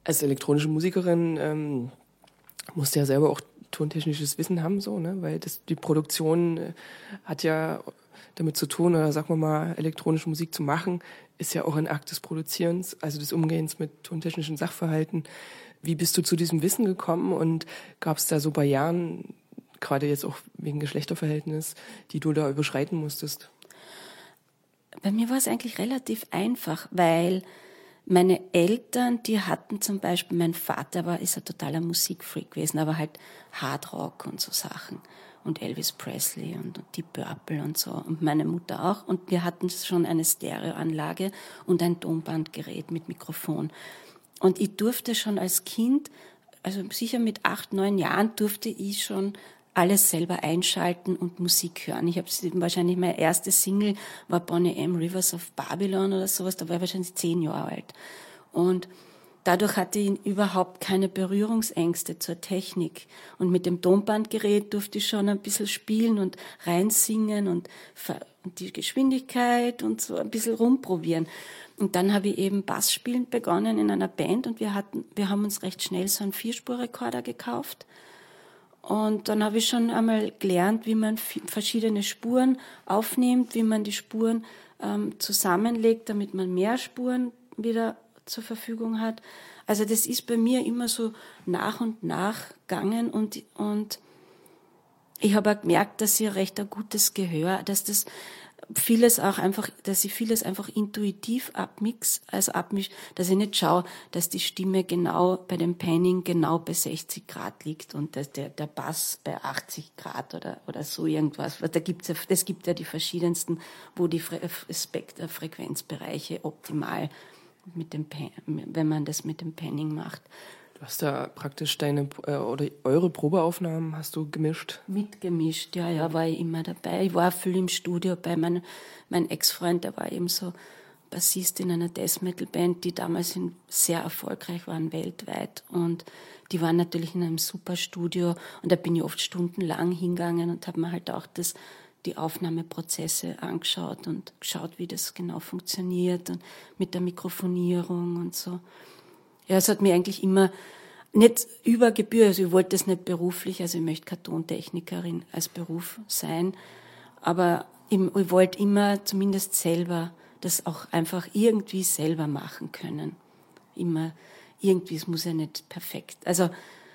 Als elektronische Musikerin musst du ja selber auch tontechnisches Wissen haben, so, ne? Weil die Produktion hat ja damit zu tun, oder sagen wir mal, elektronische Musik zu machen, ist ja auch ein Akt des Produzierens, also des Umgehens mit tontechnischen Sachverhalten. Wie bist du zu diesem Wissen gekommen und gab es da so Barrieren, gerade jetzt auch wegen Geschlechterverhältnis, die du da überschreiten musstest? Bei mir war es eigentlich relativ einfach, weil meine Eltern, die hatten zum Beispiel, mein Vater ist ein totaler Musikfreak gewesen, aber halt Hardrock und so Sachen und Elvis Presley und Deep Purple und so und meine Mutter auch und wir hatten schon eine Stereoanlage und ein Tonbandgerät mit Mikrofon und ich durfte schon als Kind, also sicher mit 8, 9 Jahren durfte ich schon alles selber einschalten und Musik hören. Ich habe wahrscheinlich, meine erste Single war Boney M. Rivers of Babylon oder sowas, da war ich wahrscheinlich 10 Jahre alt. Und dadurch hatte ich überhaupt keine Berührungsängste zur Technik. Und mit dem Tonbandgerät durfte ich schon ein bisschen spielen und reinsingen und die Geschwindigkeit und so ein bisschen rumprobieren. Und dann habe ich eben Bass spielen begonnen in einer Band und wir haben uns recht schnell so einen 4-Spur-Rekorder gekauft. Und dann habe ich schon einmal gelernt, wie man verschiedene Spuren aufnimmt, wie man die Spuren zusammenlegt, damit man mehr Spuren wieder zur Verfügung hat. Also das ist bei mir immer so nach und nach gegangen und ich habe auch gemerkt, dass ich recht ein gutes Gehör, dass ich vieles einfach intuitiv abmische, dass ich nicht schaue, dass die Stimme genau bei dem Panning genau bei 60 Grad liegt und dass der Bass bei 80 Grad oder so irgendwas. Es gibt ja die verschiedensten, wo die Frequenzbereiche optimal wenn man das mit dem Panning macht. Du hast da praktisch oder eure Probeaufnahmen hast du gemischt? Mitgemischt, ja, war ich immer dabei. Ich war viel im Studio bei mein Ex-Freund, der war eben so Bassist in einer Death-Metal-Band, die damals sehr erfolgreich waren weltweit. Und die waren natürlich in einem super Studio und da bin ich oft stundenlang hingegangen und habe mir halt auch die Aufnahmeprozesse angeschaut und geschaut, wie das genau funktioniert und mit der Mikrofonierung und so. Ja, es hat mir eigentlich immer nicht über Gebühr, also ich wollte das nicht beruflich, also ich möchte keine Tontechnikerin als Beruf sein, aber ich wollte immer zumindest selber das auch einfach irgendwie selber machen können. Immer irgendwie, es muss ja nicht perfekt. Also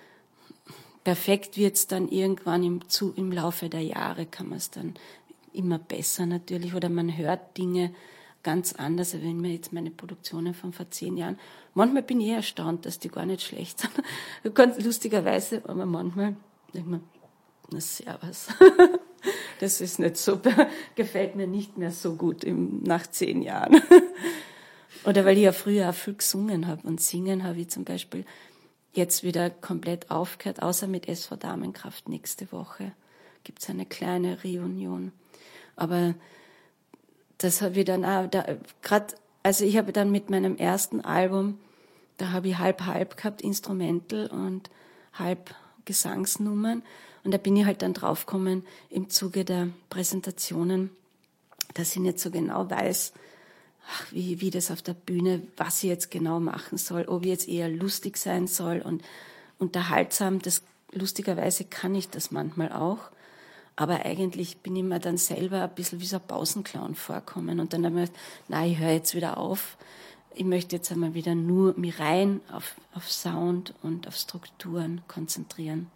perfekt wird's dann irgendwann im Laufe der Jahre, kann man es dann immer besser natürlich, oder man hört Dinge ganz anders, als wenn mir jetzt meine Produktionen von vor 10 Jahren. Manchmal bin ich erstaunt, dass die gar nicht schlecht sind. Ganz lustigerweise, aber manchmal denkt man, na servus. Das ist nicht so, gefällt mir nicht mehr so gut nach 10 Jahren. Oder weil ich ja früher auch viel gesungen habe. Und singen habe ich zum Beispiel jetzt wieder komplett aufgehört, außer mit SV Damenkraft nächste Woche. Gibt es eine kleine Reunion. Aber das habe ich dann auch, also ich habe dann mit meinem ersten Album, da habe ich halb gehabt, Instrumental und halb Gesangsnummern. Und da bin ich halt dann draufgekommen im Zuge der Präsentationen, dass ich nicht so genau weiß, wie das auf der Bühne, was ich jetzt genau machen soll, ob ich jetzt eher lustig sein soll und unterhaltsam. Lustigerweise kann ich das manchmal auch. Aber eigentlich bin ich mir dann selber ein bisschen wie so ein Pausenclown vorkommen. Und dann habe ich gedacht, nein, ich höre jetzt wieder auf. Ich möchte jetzt einmal wieder nur mich rein auf Sound und auf Strukturen konzentrieren.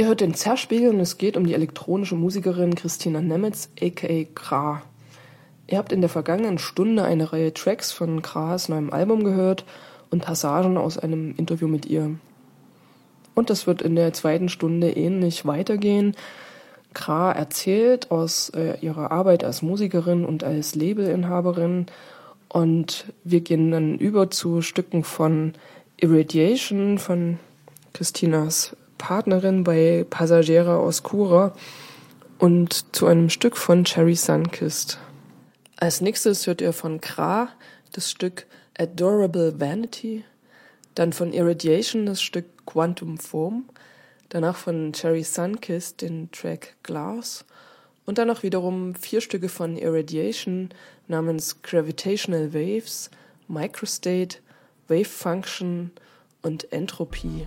Ihr hört den Zerspiegel und es geht um die elektronische Musikerin Christina Nemetz, a.k.a. Kra. Ihr habt in der vergangenen Stunde eine Reihe Tracks von Kras neuem Album gehört und Passagen aus einem Interview mit ihr. Und das wird in der zweiten Stunde ähnlich weitergehen. Kra erzählt aus ihrer Arbeit als Musikerin und als Labelinhaberin und wir gehen dann über zu Stücken von Irradiation, von Christinas Partnerin bei Passagiera Oscura und zu einem Stück von Cherry Sunkist. Als nächstes hört ihr von Kra das Stück Adorable Vanity, dann von Irradiation das Stück Quantum Foam, danach von Cherry Sunkist den Track Glass und dann noch wiederum 4 Stücke von Irradiation namens Gravitational Waves, Microstate, Wave Function und Entropie.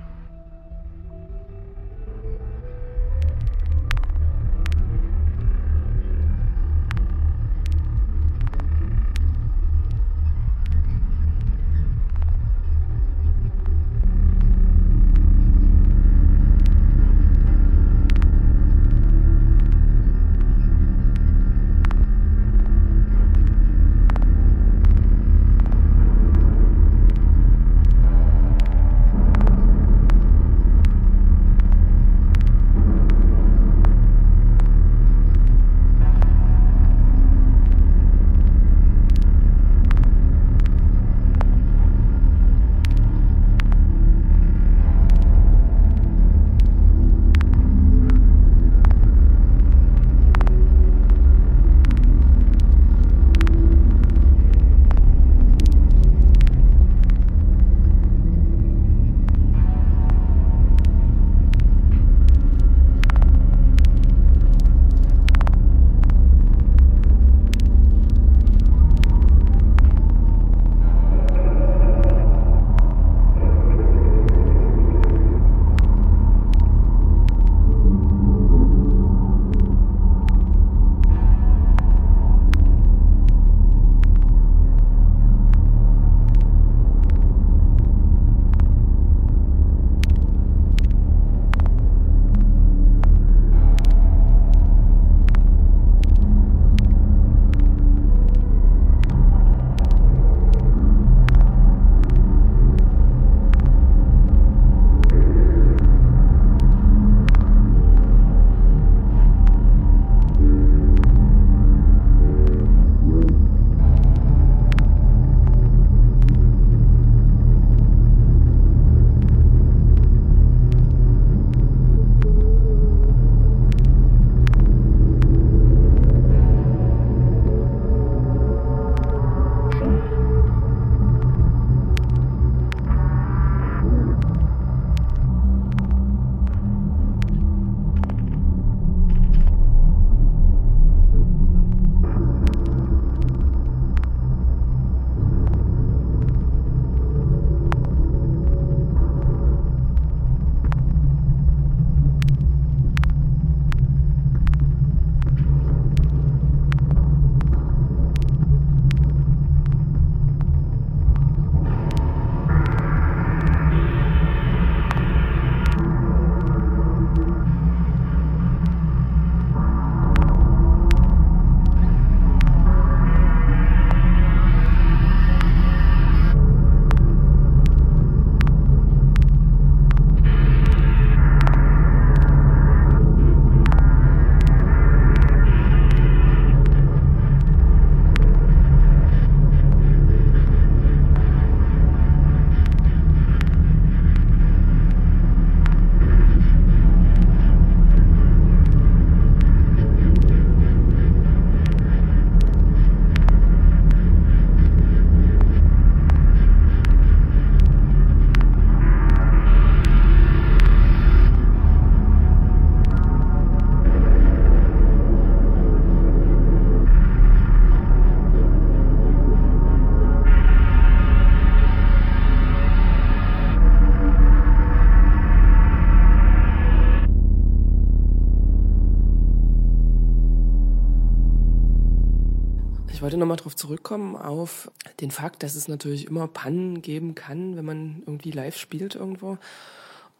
Ich wollte nochmal darauf zurückkommen, auf den Fakt, dass es natürlich immer Pannen geben kann, wenn man irgendwie live spielt irgendwo.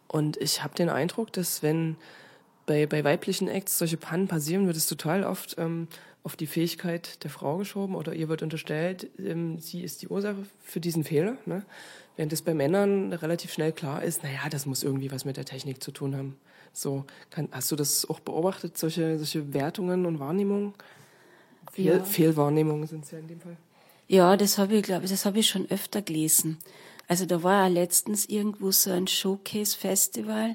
Und ich habe den Eindruck, dass wenn bei weiblichen Acts solche Pannen passieren, wird es total oft auf die Fähigkeit der Frau geschoben oder ihr wird unterstellt, sie ist die Ursache für diesen Fehler. Ne? Während es bei Männern relativ schnell klar ist, naja, das muss irgendwie was mit der Technik zu tun haben. So, hast du das auch beobachtet, solche Wertungen und Wahrnehmungen? Ja. Fehlwahrnehmungen sind es ja in dem Fall. Ja, das habe ich schon öfter gelesen. Also da war ja letztens irgendwo so ein Showcase-Festival.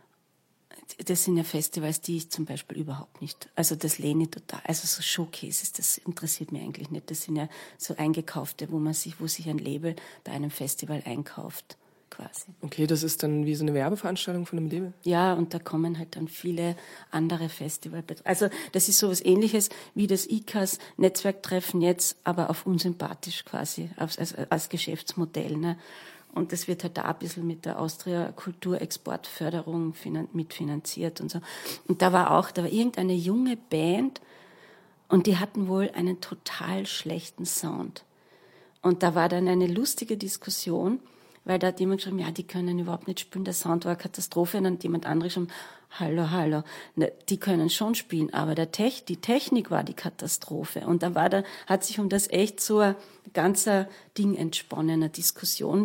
Das sind ja Festivals, die ich zum Beispiel überhaupt nicht, also das lehne ich total, also so Showcases, das interessiert mich eigentlich nicht. Das sind ja so eingekaufte, wo sich ein Label bei einem Festival einkauft, quasi. Okay, das ist dann wie so eine Werbeveranstaltung von einem Label? Ja, und da kommen halt dann viele andere Festivals. Also das ist sowas Ähnliches wie das ICAS-Netzwerktreffen jetzt, aber auf unsympathisch quasi, als Geschäftsmodell, ne? Und das wird halt da ein bisschen mit der Austria Kulturexportförderung mitfinanziert und so. Und da war irgendeine junge Band und die hatten wohl einen total schlechten Sound. Und da war dann eine lustige Diskussion, weil da hat jemand geschrieben, ja, die können überhaupt nicht spielen, der Sound war eine Katastrophe. Und dann hat jemand anderes geschrieben, hallo, die können schon spielen, aber die Technik war die Katastrophe. Und hat sich um das echt so ein ganzer Ding entsponnen, eine Diskussion,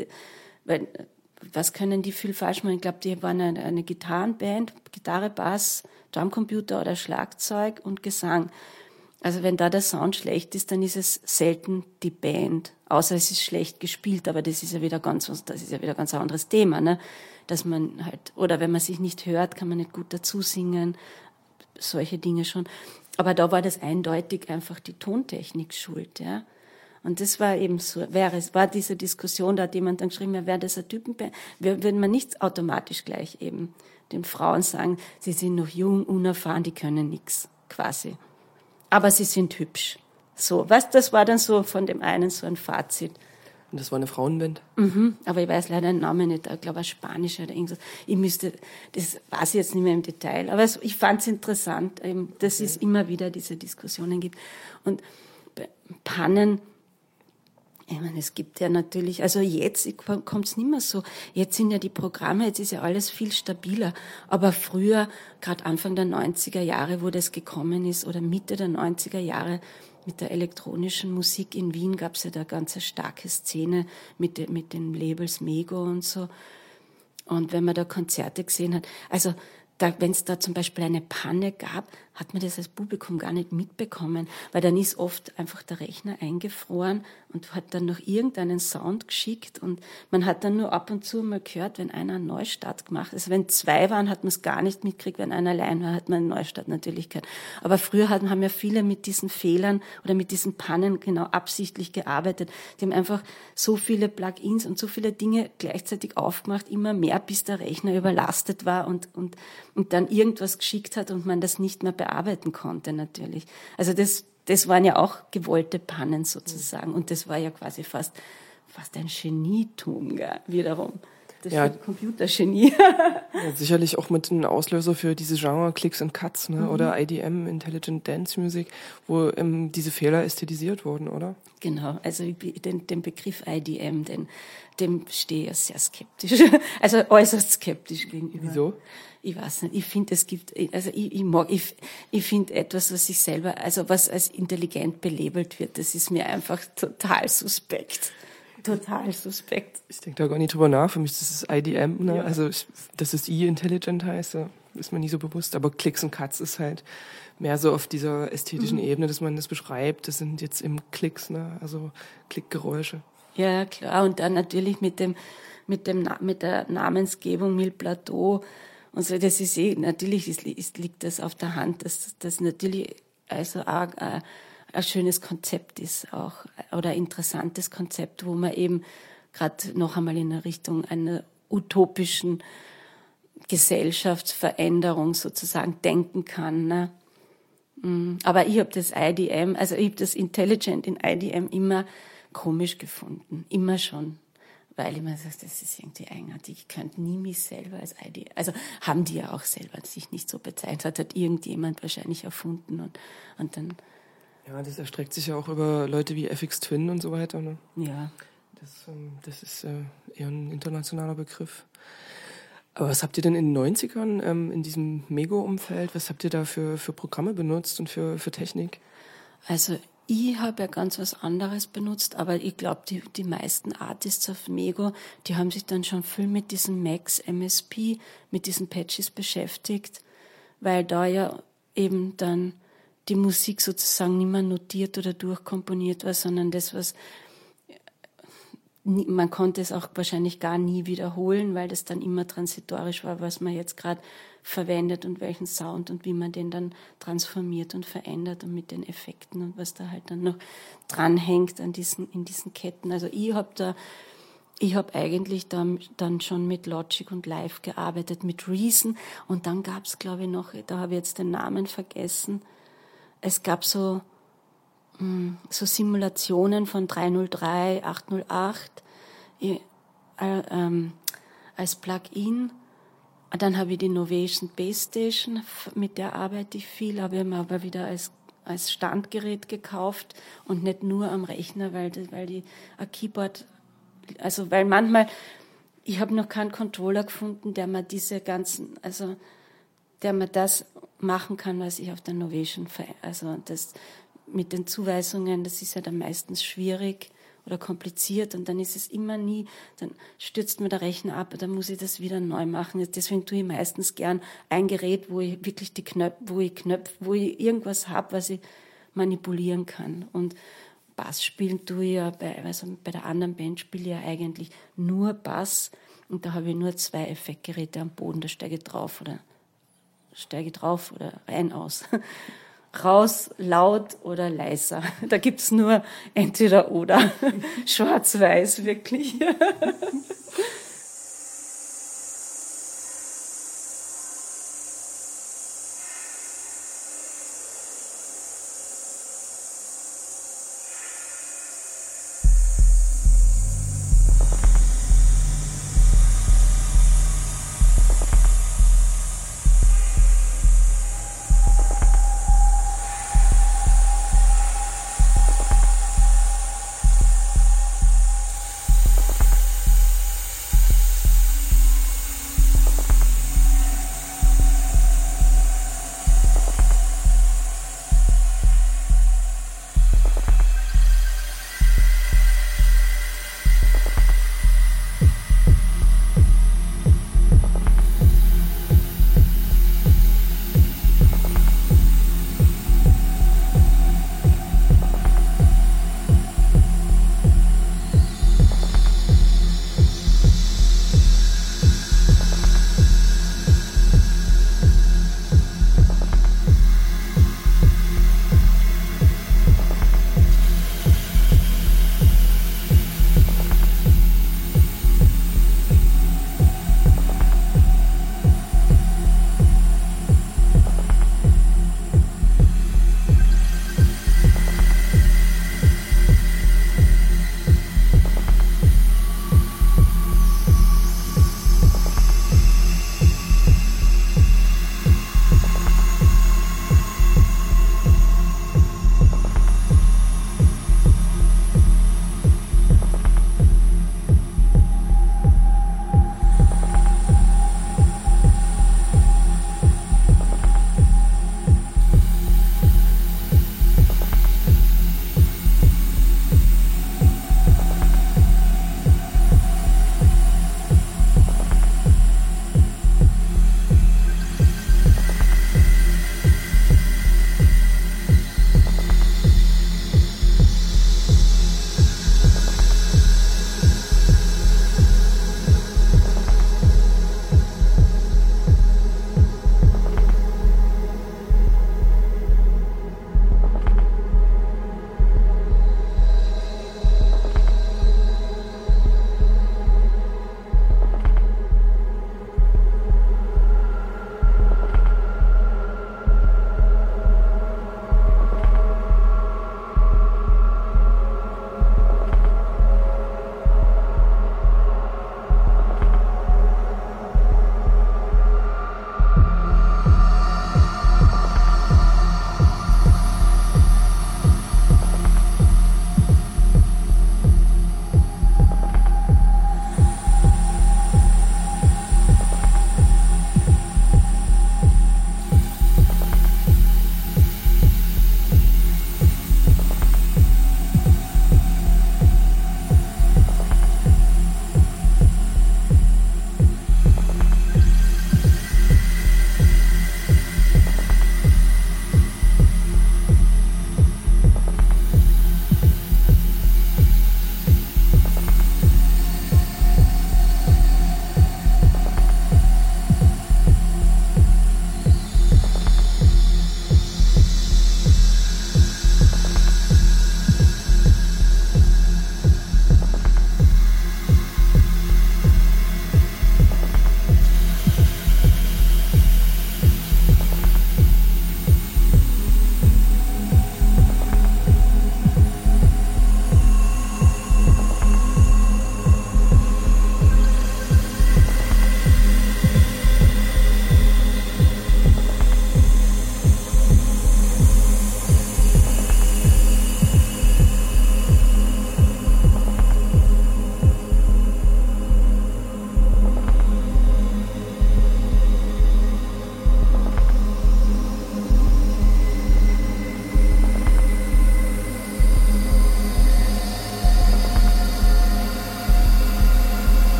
weil, was können die viel falsch machen? Ich glaube, die waren eine Gitarrenband, Gitarre, Bass, Drumcomputer oder Schlagzeug und Gesang. Also wenn da der Sound schlecht ist, dann ist es selten die Band, außer es ist schlecht gespielt, aber das ist ja wieder ganz ein anderes Thema, ne? Dass man halt, oder wenn man sich nicht hört, kann man nicht gut dazu singen, solche Dinge schon. Aber da war das eindeutig einfach die Tontechnik schuld, ja. Und das war eben so, war diese Diskussion, da hat jemand dann geschrieben, ja, wäre das eine Typenband, würden wir nicht automatisch gleich eben den Frauen sagen, sie sind noch jung, unerfahren, die können nichts, quasi. Aber sie sind hübsch. So, das war dann so von dem einen so ein Fazit. Und das war eine Frauenband? Aber ich weiß leider den Namen nicht, ich glaube ein spanischer oder irgendwas. Das weiß ich jetzt nicht mehr im Detail, aber ich fand es interessant, dass es immer wieder diese Diskussionen gibt. Und Pannen, ich meine, es gibt ja natürlich, also jetzt kommt es nicht mehr so. Jetzt sind ja die Programme, jetzt ist ja alles viel stabiler. Aber früher, gerade Anfang der 90er Jahre, wo das gekommen ist, oder Mitte der 90er Jahre mit der elektronischen Musik in Wien, gab es ja da ganz eine starke Szene mit den Labels Mego und so. Und wenn man da Konzerte gesehen hat, also wenn es da zum Beispiel eine Panne gab, hat man das als Publikum gar nicht mitbekommen, weil dann ist oft einfach der Rechner eingefroren und hat dann noch irgendeinen Sound geschickt und man hat dann nur ab und zu mal gehört, wenn einer einen Neustart gemacht hat. Also wenn zwei waren, hat man es gar nicht mitgekriegt, wenn einer allein war, hat man einen Neustart natürlich gehört. Aber früher haben ja viele mit diesen Fehlern oder mit diesen Pannen genau absichtlich gearbeitet. Die haben einfach so viele Plugins und so viele Dinge gleichzeitig aufgemacht, immer mehr, bis der Rechner überlastet war und dann irgendwas geschickt hat und man das nicht mehr bearbeiten konnte natürlich. Also das waren ja auch gewollte Pannen sozusagen und das war ja quasi fast ein Genietum, gell, wiederum. Das ist ein Computergenie. Ja, sicherlich auch mit einem Auslöser für diese Genre Clicks and Cuts, ne? Oder IDM, Intelligent Dance Music, wo diese Fehler ästhetisiert wurden, oder? Genau, also den Begriff IDM, dem stehe ich ja sehr skeptisch, also äußerst skeptisch gegenüber. Wieso? Ich weiß nicht, ich finde, ich finde etwas, was sich selber, also was als intelligent belabelt wird, das ist mir einfach total suspekt. Total suspekt. Ich denke da gar nicht drüber nach. Für mich ist es IDM, ne? Ja. Also, dass es Intelligent heißt, ist mir nie so bewusst. Aber Clicks und Cuts ist halt mehr so auf dieser ästhetischen Ebene, dass man das beschreibt. Das sind jetzt eben Klicks, ne? Also Klickgeräusche. Ja, klar. Und dann natürlich mit der Namensgebung Mille Plateau und so, das ist natürlich liegt das auf der Hand, dass das natürlich also auch ein schönes Konzept ist auch oder ein interessantes Konzept, wo man eben gerade noch einmal in Richtung einer utopischen Gesellschaftsveränderung sozusagen denken kann. Ne? Aber ich habe das IDM, also ich habe das Intelligent in IDM immer komisch gefunden, immer schon. Weil ich mir sage, das ist irgendwie eigenartig. Ich könnte nie mich selber als IDM, also haben die ja auch selber sich nicht so bezeichnet, hat irgendjemand wahrscheinlich erfunden und dann. Ja, das erstreckt sich ja auch über Leute wie FX Twin und so weiter. Ne? Ja. Das ist eher ein internationaler Begriff. Aber was habt ihr denn in den 90ern in diesem Mego-Umfeld, was habt ihr da für Programme benutzt und für Technik? Also ich habe ja ganz was anderes benutzt, aber ich glaube, die meisten Artists auf Mego, die haben sich dann schon viel mit diesem Max MSP, mit diesen Patches beschäftigt, weil da ja eben dann die Musik sozusagen nicht mehr notiert oder durchkomponiert war, sondern das, was man konnte es auch wahrscheinlich gar nie wiederholen, weil das dann immer transitorisch war, was man jetzt gerade verwendet und welchen Sound und wie man den dann transformiert und verändert und mit den Effekten und was da halt dann noch dranhängt in diesen Ketten. Also ich habe eigentlich dann schon mit Logic und Live gearbeitet, mit Reason, und dann gab es, glaube ich, noch, da habe ich jetzt den Namen vergessen, es gab so Simulationen von 303, 808 als Plugin. Dann habe ich die Novation Base Station, mit der arbeite ich viel, habe ich mir aber wieder als Standgerät gekauft und nicht nur am Rechner, weil die ein Keyboard, also weil manchmal, ich habe noch keinen Controller gefunden, der mir der mir das machen kann, was ich auf der Novation, also das mit den Zuweisungen, das ist ja dann meistens schwierig oder kompliziert, und dann ist es immer dann stürzt mir der Rechner ab, dann muss ich das wieder neu machen. Deswegen tue ich meistens gern ein Gerät, wo ich wirklich wo ich irgendwas habe, was ich manipulieren kann. Und Bass spielen tue ich ja bei der anderen Band spiele ich ja eigentlich nur Bass, und da habe ich nur 2 Effektgeräte am Boden, da steige ich drauf oder rein aus. Raus, laut oder leiser. Da gibt's nur entweder oder. Schwarz-Weiß, wirklich.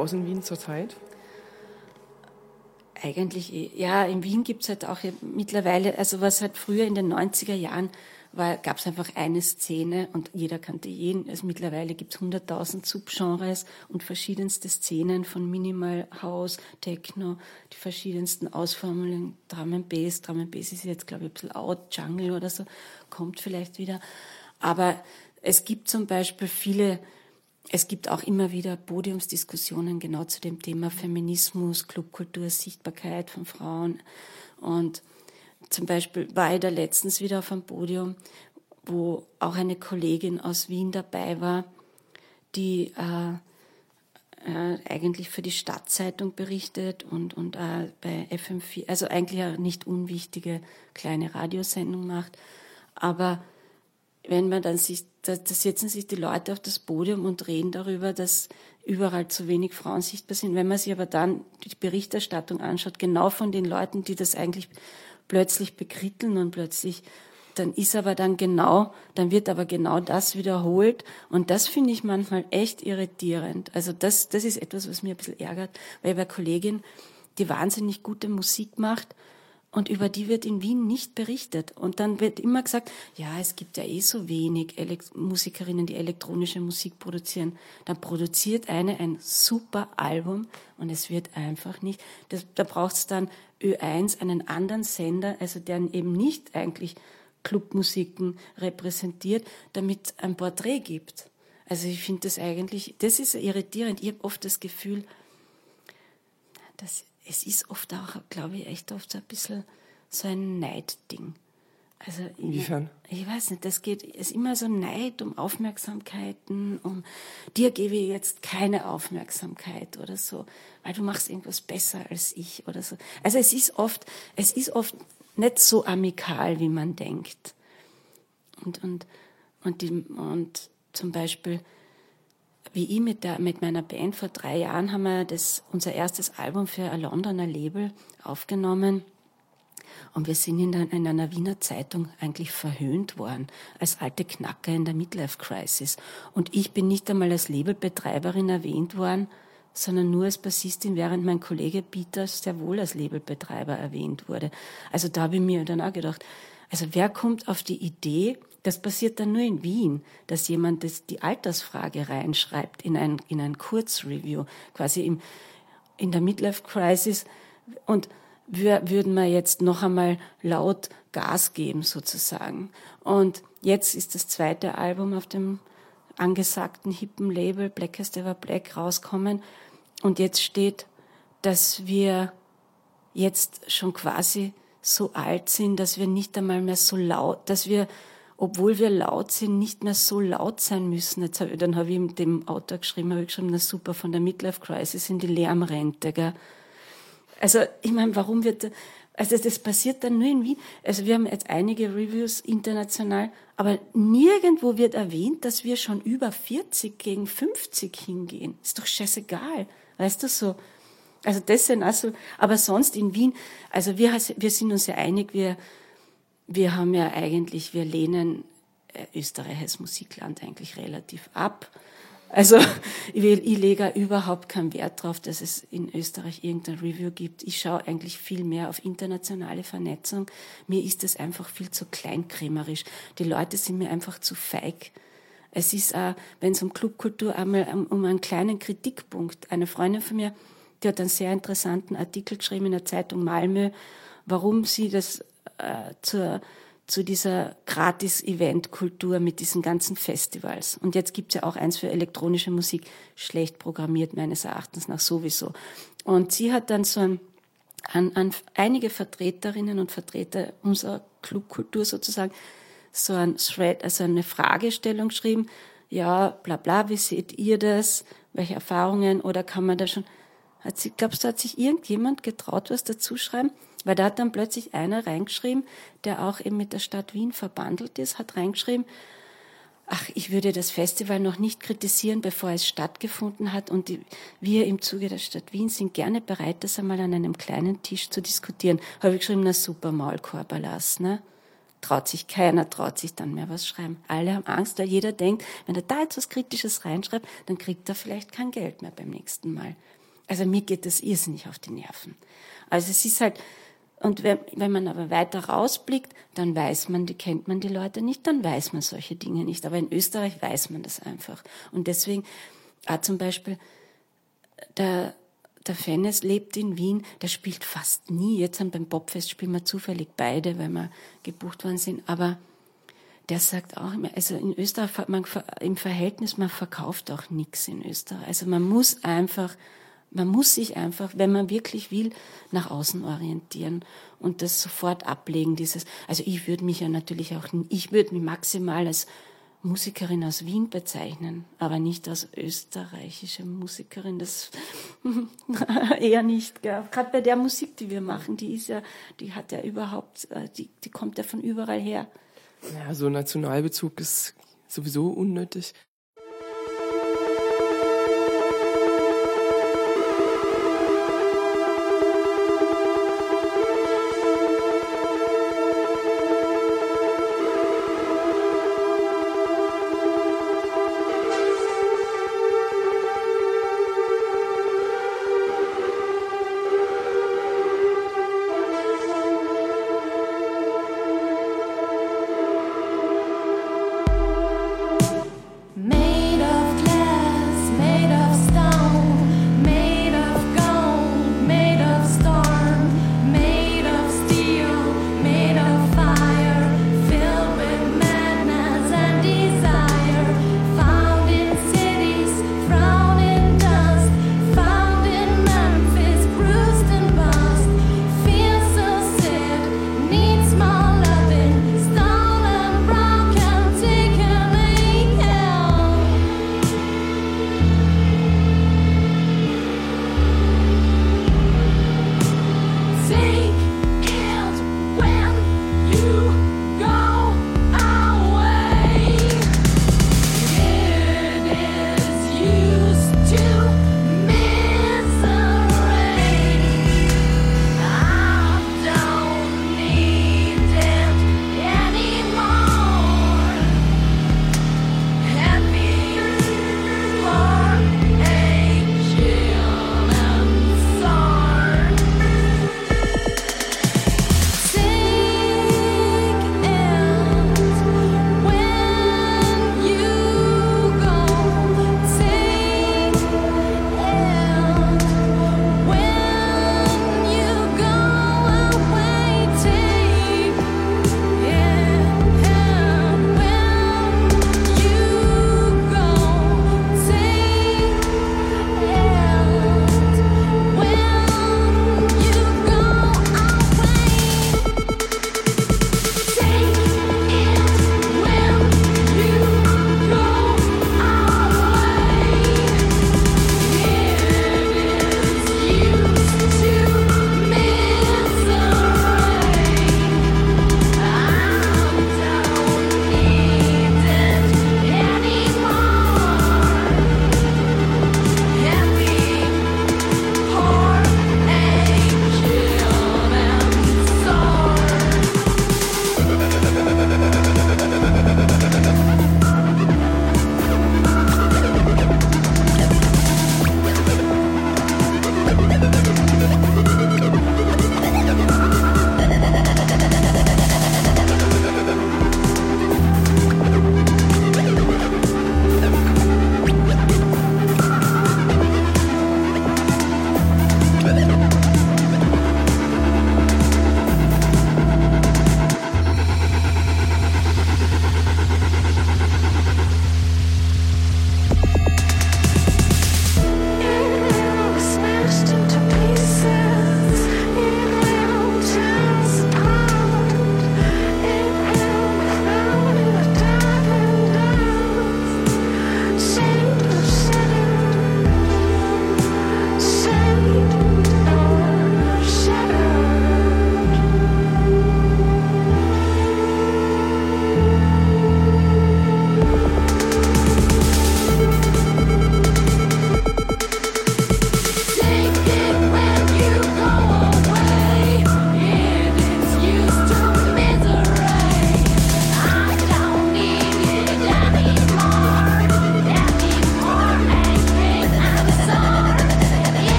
aus in Wien zurzeit? Eigentlich, ja, in Wien gibt's halt auch mittlerweile, also was halt früher in den 90er Jahren war, gab's einfach eine Szene und jeder kannte jeden. Also mittlerweile gibt's 100.000 Subgenres und verschiedenste Szenen von Minimal House, Techno, die verschiedensten Ausformungen, Drum and Bass. Drum and Bass ist jetzt, glaube ich, ein bisschen out, Jungle oder so, kommt vielleicht wieder. Aber es gibt zum Beispiel es gibt auch immer wieder Podiumsdiskussionen genau zu dem Thema Feminismus, Clubkultur, Sichtbarkeit von Frauen. Und zum Beispiel war ich da letztens wieder auf einem Podium, wo auch eine Kollegin aus Wien dabei war, die eigentlich für die Stadtzeitung berichtet und bei FM4, also eigentlich eine nicht unwichtige kleine Radiosendung macht. Aber wenn man dann sich, da setzen sich die Leute auf das Podium und reden darüber, dass überall zu wenig Frauen sichtbar sind. Wenn man sich aber dann die Berichterstattung anschaut, genau von den Leuten, die das eigentlich plötzlich bekritteln und plötzlich, dann wird aber genau das wiederholt. Und das finde ich manchmal echt irritierend. Also das ist etwas, was mir ein bisschen ärgert, weil ich habe eine Kollegin, die wahnsinnig gute Musik macht, und über die wird in Wien nicht berichtet. Und dann wird immer gesagt, ja, es gibt ja so wenig Musikerinnen, die elektronische Musik produzieren. Dann produziert eine ein super Album und es wird einfach nicht. Da braucht es dann Ö1, einen anderen Sender, also der eben nicht eigentlich Clubmusiken repräsentiert, damit ein Porträt gibt. Also ich finde das ist irritierend. Ich habe oft das Gefühl, es ist oft auch, glaube ich, echt oft so ein bisschen so ein Neidding. Also inwiefern? Ich weiß nicht, es ist immer so Neid um Aufmerksamkeiten, dir gebe ich jetzt keine Aufmerksamkeit oder so, weil du machst irgendwas besser als ich oder so. Also es ist oft nicht so amikal, wie man denkt. Und zum Beispiel, wie ich mit meiner Band vor 3 Jahren haben wir unser erstes Album für ein Londoner Label aufgenommen. Und wir sind in einer Wiener Zeitung eigentlich verhöhnt worden, als alte Knacker in der Midlife-Crisis. Und ich bin nicht einmal als Labelbetreiberin erwähnt worden, sondern nur als Bassistin, während mein Kollege Peter sehr wohl als Labelbetreiber erwähnt wurde. Also da habe ich mir dann auch gedacht, also wer kommt auf die Idee, das passiert dann nur in Wien, dass jemand die Altersfrage reinschreibt in ein Kurzreview, quasi in der Midlife-Crisis, und würden wir jetzt noch einmal laut Gas geben sozusagen. Und jetzt ist das 2. Album auf dem angesagten hippen Label Black as Ever Black rauskommen und jetzt steht, dass wir jetzt schon quasi so alt sind, dass wir nicht einmal mehr so laut, dass wir, obwohl wir laut sind, nicht mehr so laut sein müssen. Dann habe ich dem Autor geschrieben, na super, von der Midlife Crisis in die Lärmrente, gell? Also, ich meine, das passiert dann nur in Wien. Also, wir haben jetzt einige Reviews international, aber nirgendwo wird erwähnt, dass wir schon über 40 gegen 50 hingehen. Ist doch scheißegal. Weißt du, so. Also, das sind also, aber sonst in Wien, also, wir sind uns ja einig, wir haben ja eigentlich, wir lehnen Österreich als Musikland eigentlich relativ ab. Also ich lege überhaupt keinen Wert darauf, dass es in Österreich irgendein Review gibt. Ich schaue eigentlich viel mehr auf internationale Vernetzung. Mir ist das einfach viel zu kleinkrämerisch. Die Leute sind mir einfach zu feig. Es ist auch, wenn es um Clubkultur einmal um einen kleinen Kritikpunkt. Eine Freundin von mir, die hat einen sehr interessanten Artikel geschrieben in der Zeitung Malmö, warum sie das zu dieser Gratis-Event-Kultur mit diesen ganzen Festivals. Und jetzt gibt's ja auch eins für elektronische Musik, schlecht programmiert meines Erachtens nach sowieso. Und sie hat dann so an einige Vertreterinnen und Vertreter unserer Clubkultur sozusagen so ein Thread, also eine Fragestellung geschrieben, ja, bla bla, wie seht ihr das, welche Erfahrungen, oder kann man da schon, glaubst du, hat sich irgendjemand getraut, was dazu schreiben? Weil da hat dann plötzlich einer reingeschrieben, der auch eben mit der Stadt Wien verbandelt ist, hat reingeschrieben, ach, ich würde das Festival noch nicht kritisieren, bevor es stattgefunden hat, und wir im Zuge der Stadt Wien sind gerne bereit, das einmal an einem kleinen Tisch zu diskutieren. Habe ich geschrieben, na super, Maulkorb erlassen, ne? keiner traut sich dann mehr was schreiben. Alle haben Angst, weil jeder denkt, wenn er da jetzt was Kritisches reinschreibt, dann kriegt er vielleicht kein Geld mehr beim nächsten Mal. Also mir geht das irrsinnig auf die Nerven. Also es ist halt, und wenn man aber weiter rausblickt, dann kennt man die Leute nicht, dann weiß man solche Dinge nicht. Aber in Österreich weiß man das einfach. Und deswegen, zum Beispiel, der Fennes lebt in Wien, der spielt fast nie. Jetzt beim Popfest spielen wir zufällig beide, weil wir gebucht worden sind. Aber der sagt auch immer, also in Österreich, im Verhältnis, man verkauft auch nichts in Österreich. Also man muss sich einfach, wenn man wirklich will, nach außen orientieren und das sofort ablegen. Also ich würde mich maximal als Musikerin aus Wien bezeichnen, aber nicht als österreichische Musikerin, das eher nicht. Gell. Gerade bei der Musik, die wir machen, die hat ja überhaupt, die kommt ja von überall her. Ja, so Nationalbezug ist sowieso unnötig.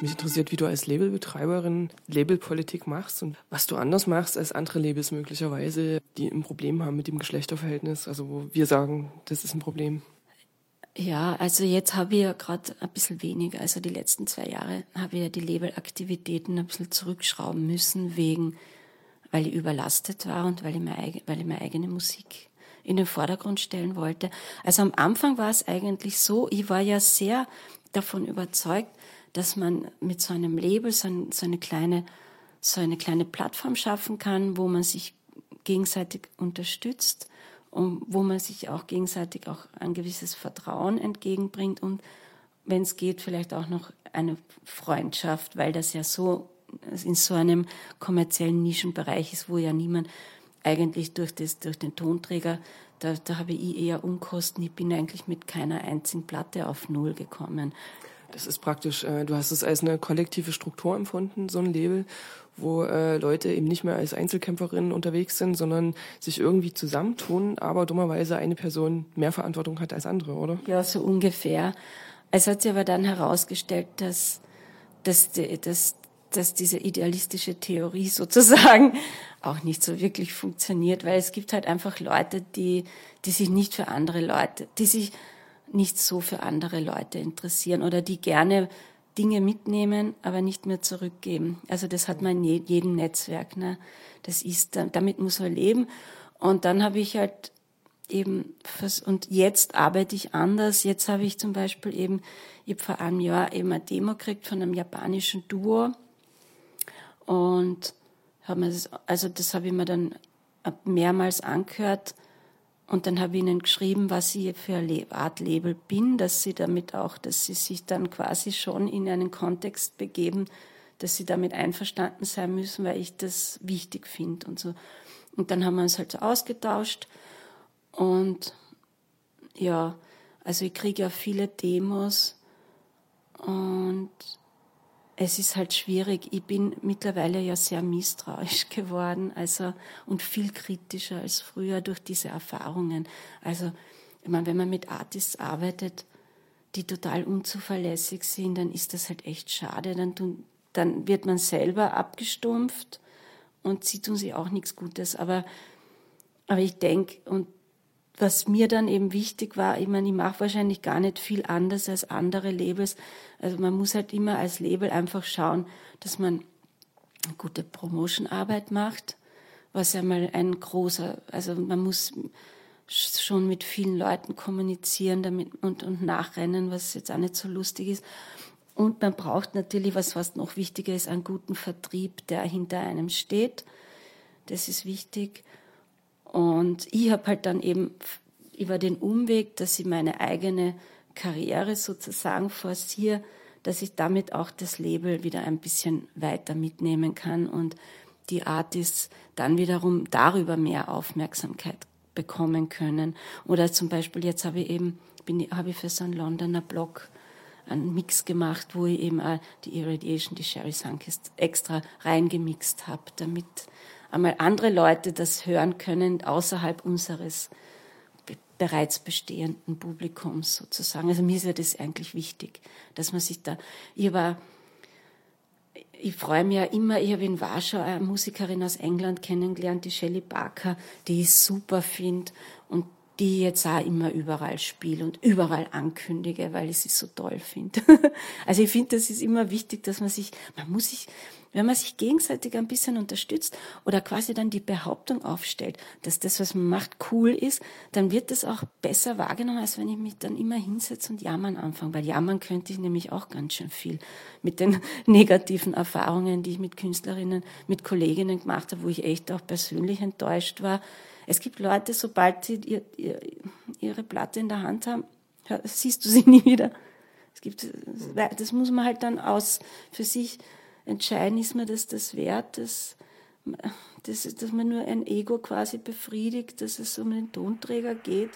Mich interessiert, wie du als Labelbetreiberin Labelpolitik machst und was du anders machst als andere Labels möglicherweise, die ein Problem haben mit dem Geschlechterverhältnis, also wo wir sagen, das ist ein Problem. Ja, also jetzt habe ich ja gerade ein bisschen weniger. Also die letzten 2 Jahre habe ich ja die Labelaktivitäten ein bisschen zurückschrauben müssen, weil ich überlastet war und weil ich meine eigene Musik in den Vordergrund stellen wollte. Also am Anfang war es eigentlich so, ich war ja sehr davon überzeugt, dass man mit so einem Label so eine kleine Plattform schaffen kann, wo man sich gegenseitig unterstützt und wo man sich auch gegenseitig auch ein gewisses Vertrauen entgegenbringt und wenn es geht, vielleicht auch noch eine Freundschaft, weil das ja so in so einem kommerziellen Nischenbereich ist, wo ja niemand eigentlich durch den Tonträger, da habe ich eher Unkosten, ich bin eigentlich mit keiner einzigen Platte auf Null gekommen. Das ist praktisch, du hast es als eine kollektive Struktur empfunden, so ein Label, wo Leute eben nicht mehr als Einzelkämpferinnen unterwegs sind, sondern sich irgendwie zusammentun, aber dummerweise eine Person mehr Verantwortung hat als andere, oder? Ja, so ungefähr. Es hat sich aber dann herausgestellt, dass diese idealistische Theorie sozusagen auch nicht so wirklich funktioniert, weil es gibt halt einfach Leute, die sich nicht für andere Leute, die sich nicht so für andere Leute interessieren oder die gerne Dinge mitnehmen, aber nicht mehr zurückgeben. Also das hat man in jedem Netzwerk, ne? Das ist, damit muss man leben. Und dann habe ich halt eben, und jetzt arbeite ich anders. Jetzt habe ich zum Beispiel ich habe vor einem Jahr eben eine Demo gekriegt von einem japanischen Duo. Und das habe ich mir dann mehrmals angehört. Und dann habe ich ihnen geschrieben, was ich für eine Art Label bin, dass sie sich dann quasi schon in einen Kontext begeben, dass sie damit einverstanden sein müssen, weil ich das wichtig finde und so. Und dann haben wir uns halt so ausgetauscht. Und ja, also ich kriege ja viele Demos und es ist halt schwierig. Ich bin mittlerweile ja sehr misstrauisch geworden, und viel kritischer als früher durch diese Erfahrungen. Also, ich meine, wenn man mit Artists arbeitet, die total unzuverlässig sind, dann ist das halt echt schade. Dann wird man selber abgestumpft und sie tun sich auch nichts Gutes. Aber ich denke, und was mir dann eben wichtig war, ich meine, ich mache wahrscheinlich gar nicht viel anders als andere Labels. Also man muss halt immer als Label einfach schauen, dass man eine gute Promotion-Arbeit macht, was ja mal also man muss schon mit vielen Leuten kommunizieren und nachrennen, was jetzt auch nicht so lustig ist. Und man braucht natürlich, was noch wichtiger ist, einen guten Vertrieb, der hinter einem steht. Das ist wichtig. Und ich habe halt dann eben über den Umweg, dass ich meine eigene Karriere sozusagen forciere, dass ich damit auch das Label wieder ein bisschen weiter mitnehmen kann und die Artists dann wiederum darüber mehr Aufmerksamkeit bekommen können. Oder zum Beispiel jetzt habe ich für so einen Londoner Blog einen Mix gemacht, wo ich eben auch die Irradiation, die Sherry Sunkist extra reingemixt habe, damit einmal andere Leute das hören können, außerhalb unseres bereits bestehenden Publikums sozusagen. Also mir ist ja das eigentlich wichtig, dass man sich ich freue mich ja immer, ich habe in Warschau eine Musikerin aus England kennengelernt, die Shelley Barker, die ich super finde und die ich jetzt auch immer überall spiele und überall ankündige, weil ich sie so toll finde. Also ich finde, das ist immer wichtig, dass wenn man sich gegenseitig ein bisschen unterstützt oder quasi dann die Behauptung aufstellt, dass das, was man macht, cool ist, dann wird das auch besser wahrgenommen, als wenn ich mich dann immer hinsetze und jammern anfange. Weil jammern könnte ich nämlich auch ganz schön viel mit den negativen Erfahrungen, die ich mit Künstlerinnen, mit Kolleginnen gemacht habe, wo ich echt auch persönlich enttäuscht war. Es gibt Leute, sobald sie ihre Platte in der Hand haben, siehst du sie nie wieder. Das muss man halt dann für sich entscheiden, ist mir das wert, dass man nur ein Ego quasi befriedigt, dass es um den Tonträger geht.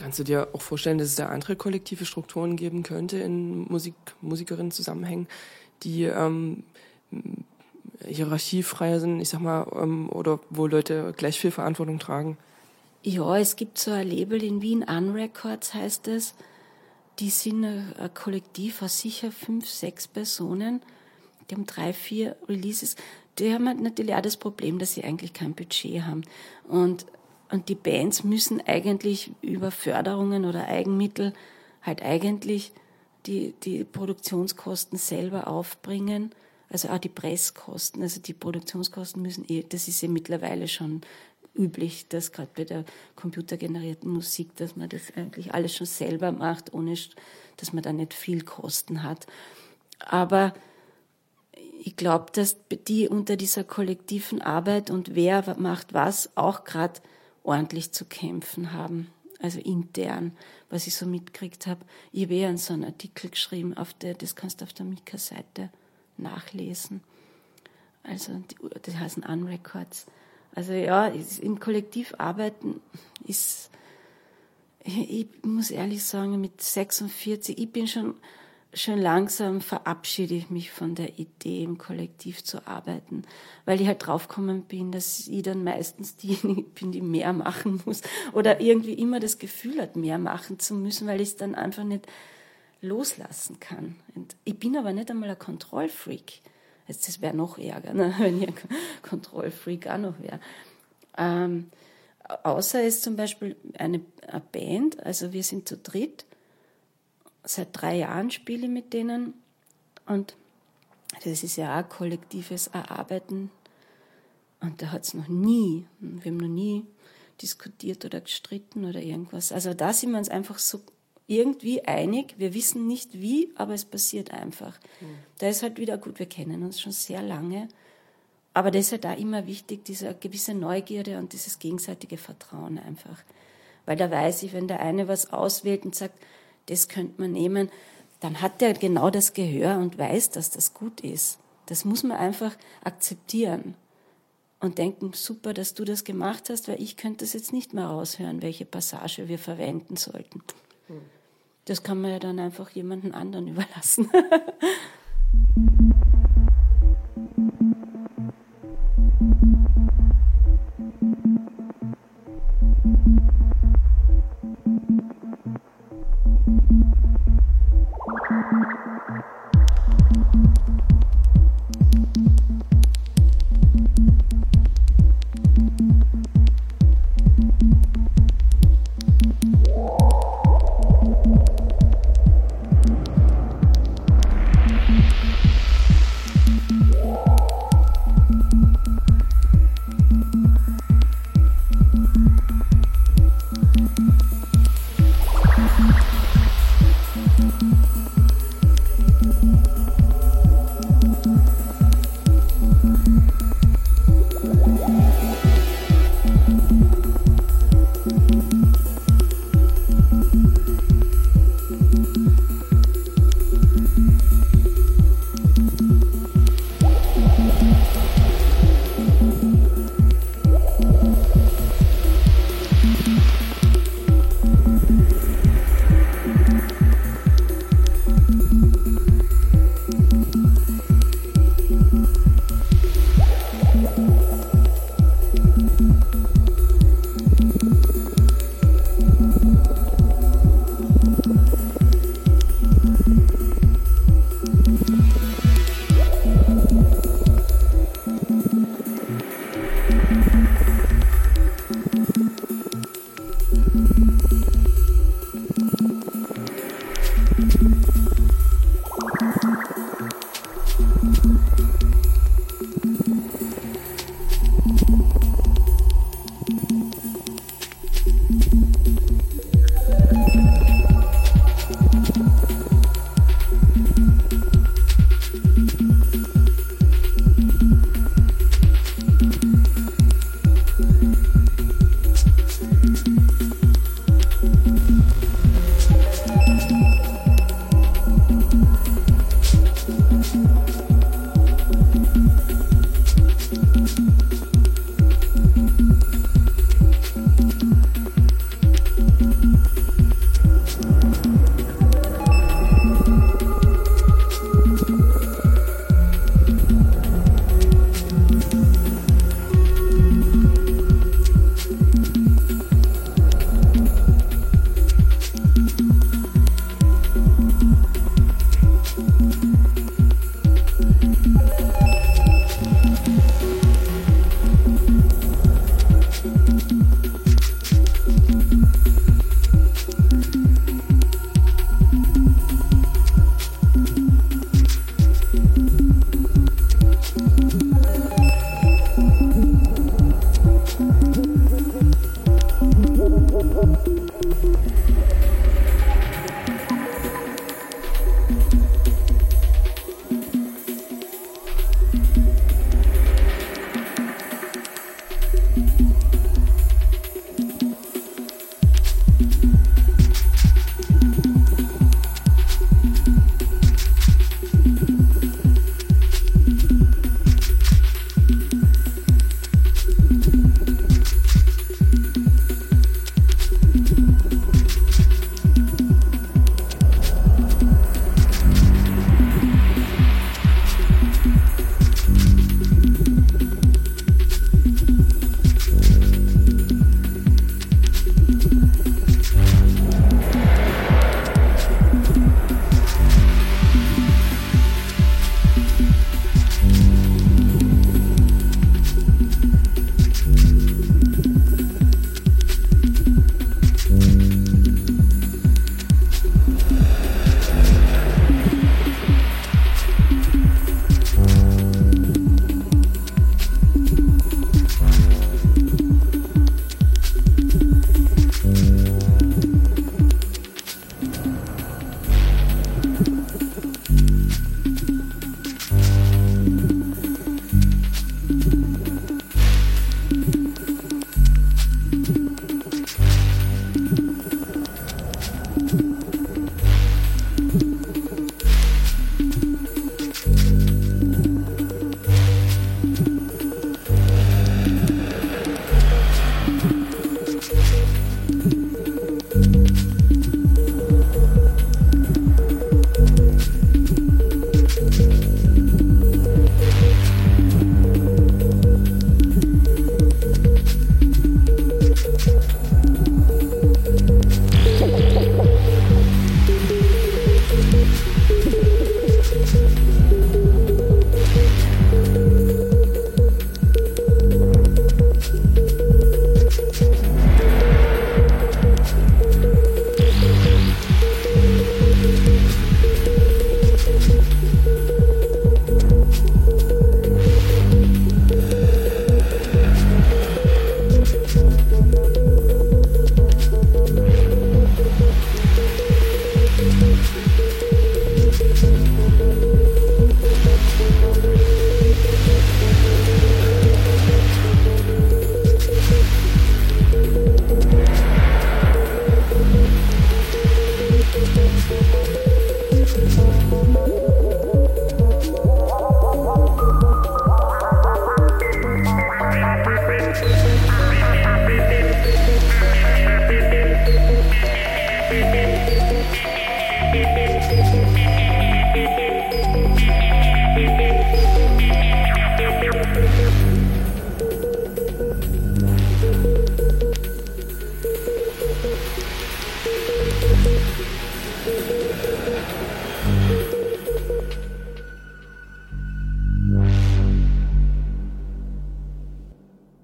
Kannst du dir auch vorstellen, dass es da andere kollektive Strukturen geben könnte in Musikerinnen-Zusammenhängen, die hierarchiefreier sind, ich sag mal, oder wo Leute gleich viel Verantwortung tragen? Ja, es gibt so ein Label in Wien, Unrecords heißt es. Die sind ein Kollektiv aus sicher 5, 6 Personen. Die haben 3, 4 Releases. Die haben halt natürlich auch das Problem, dass sie eigentlich kein Budget haben. Und die Bands müssen eigentlich über Förderungen oder Eigenmittel halt eigentlich die Produktionskosten selber aufbringen. Also auch die Presskosten. Also die Produktionskosten müssen das ist ja mittlerweile schon üblich, dass gerade bei der computergenerierten Musik, dass man das eigentlich alles schon selber macht, ohne dass man da nicht viel Kosten hat. Aber ich glaube, dass die unter dieser kollektiven Arbeit und wer macht was auch gerade ordentlich zu kämpfen haben. Also intern, was ich so mitgekriegt habe. Ich habe ja so einen Artikel geschrieben, das kannst du auf der Mika-Seite nachlesen. Also das heißen Unrecords. Also ja, im Kollektiv arbeiten ist, ich muss ehrlich sagen, mit 46, ich bin schon langsam verabschiede ich mich von der Idee, im Kollektiv zu arbeiten, weil ich halt draufgekommen bin, dass ich dann meistens diejenige bin, die mehr machen muss oder irgendwie immer das Gefühl hat, mehr machen zu müssen, weil ich es dann einfach nicht loslassen kann. Und ich bin aber nicht einmal ein Kontrollfreak. Jetzt, das wäre noch ärger, ne, wenn ich ein Kontrollfreak auch noch wäre. Außer es zum Beispiel eine Band, also wir sind zu dritt, seit 3 Jahren spiele ich mit denen und das ist ja auch kollektives Erarbeiten und da hat es wir haben noch nie diskutiert oder gestritten oder irgendwas. Also da sind wir uns einfach so irgendwie einig, wir wissen nicht wie, aber es passiert einfach. Da ist halt wieder gut, wir kennen uns schon sehr lange, aber das ist halt auch immer wichtig, diese gewisse Neugierde und dieses gegenseitige Vertrauen einfach. Weil da weiß ich, wenn der eine was auswählt und sagt, das könnte man nehmen, dann hat der genau das Gehör und weiß, dass das gut ist. Das muss man einfach akzeptieren und denken, super, dass du das gemacht hast, weil ich könnte das jetzt nicht mehr raushören, welche Passage wir verwenden sollten. Das kann man ja dann einfach jemandem anderen überlassen.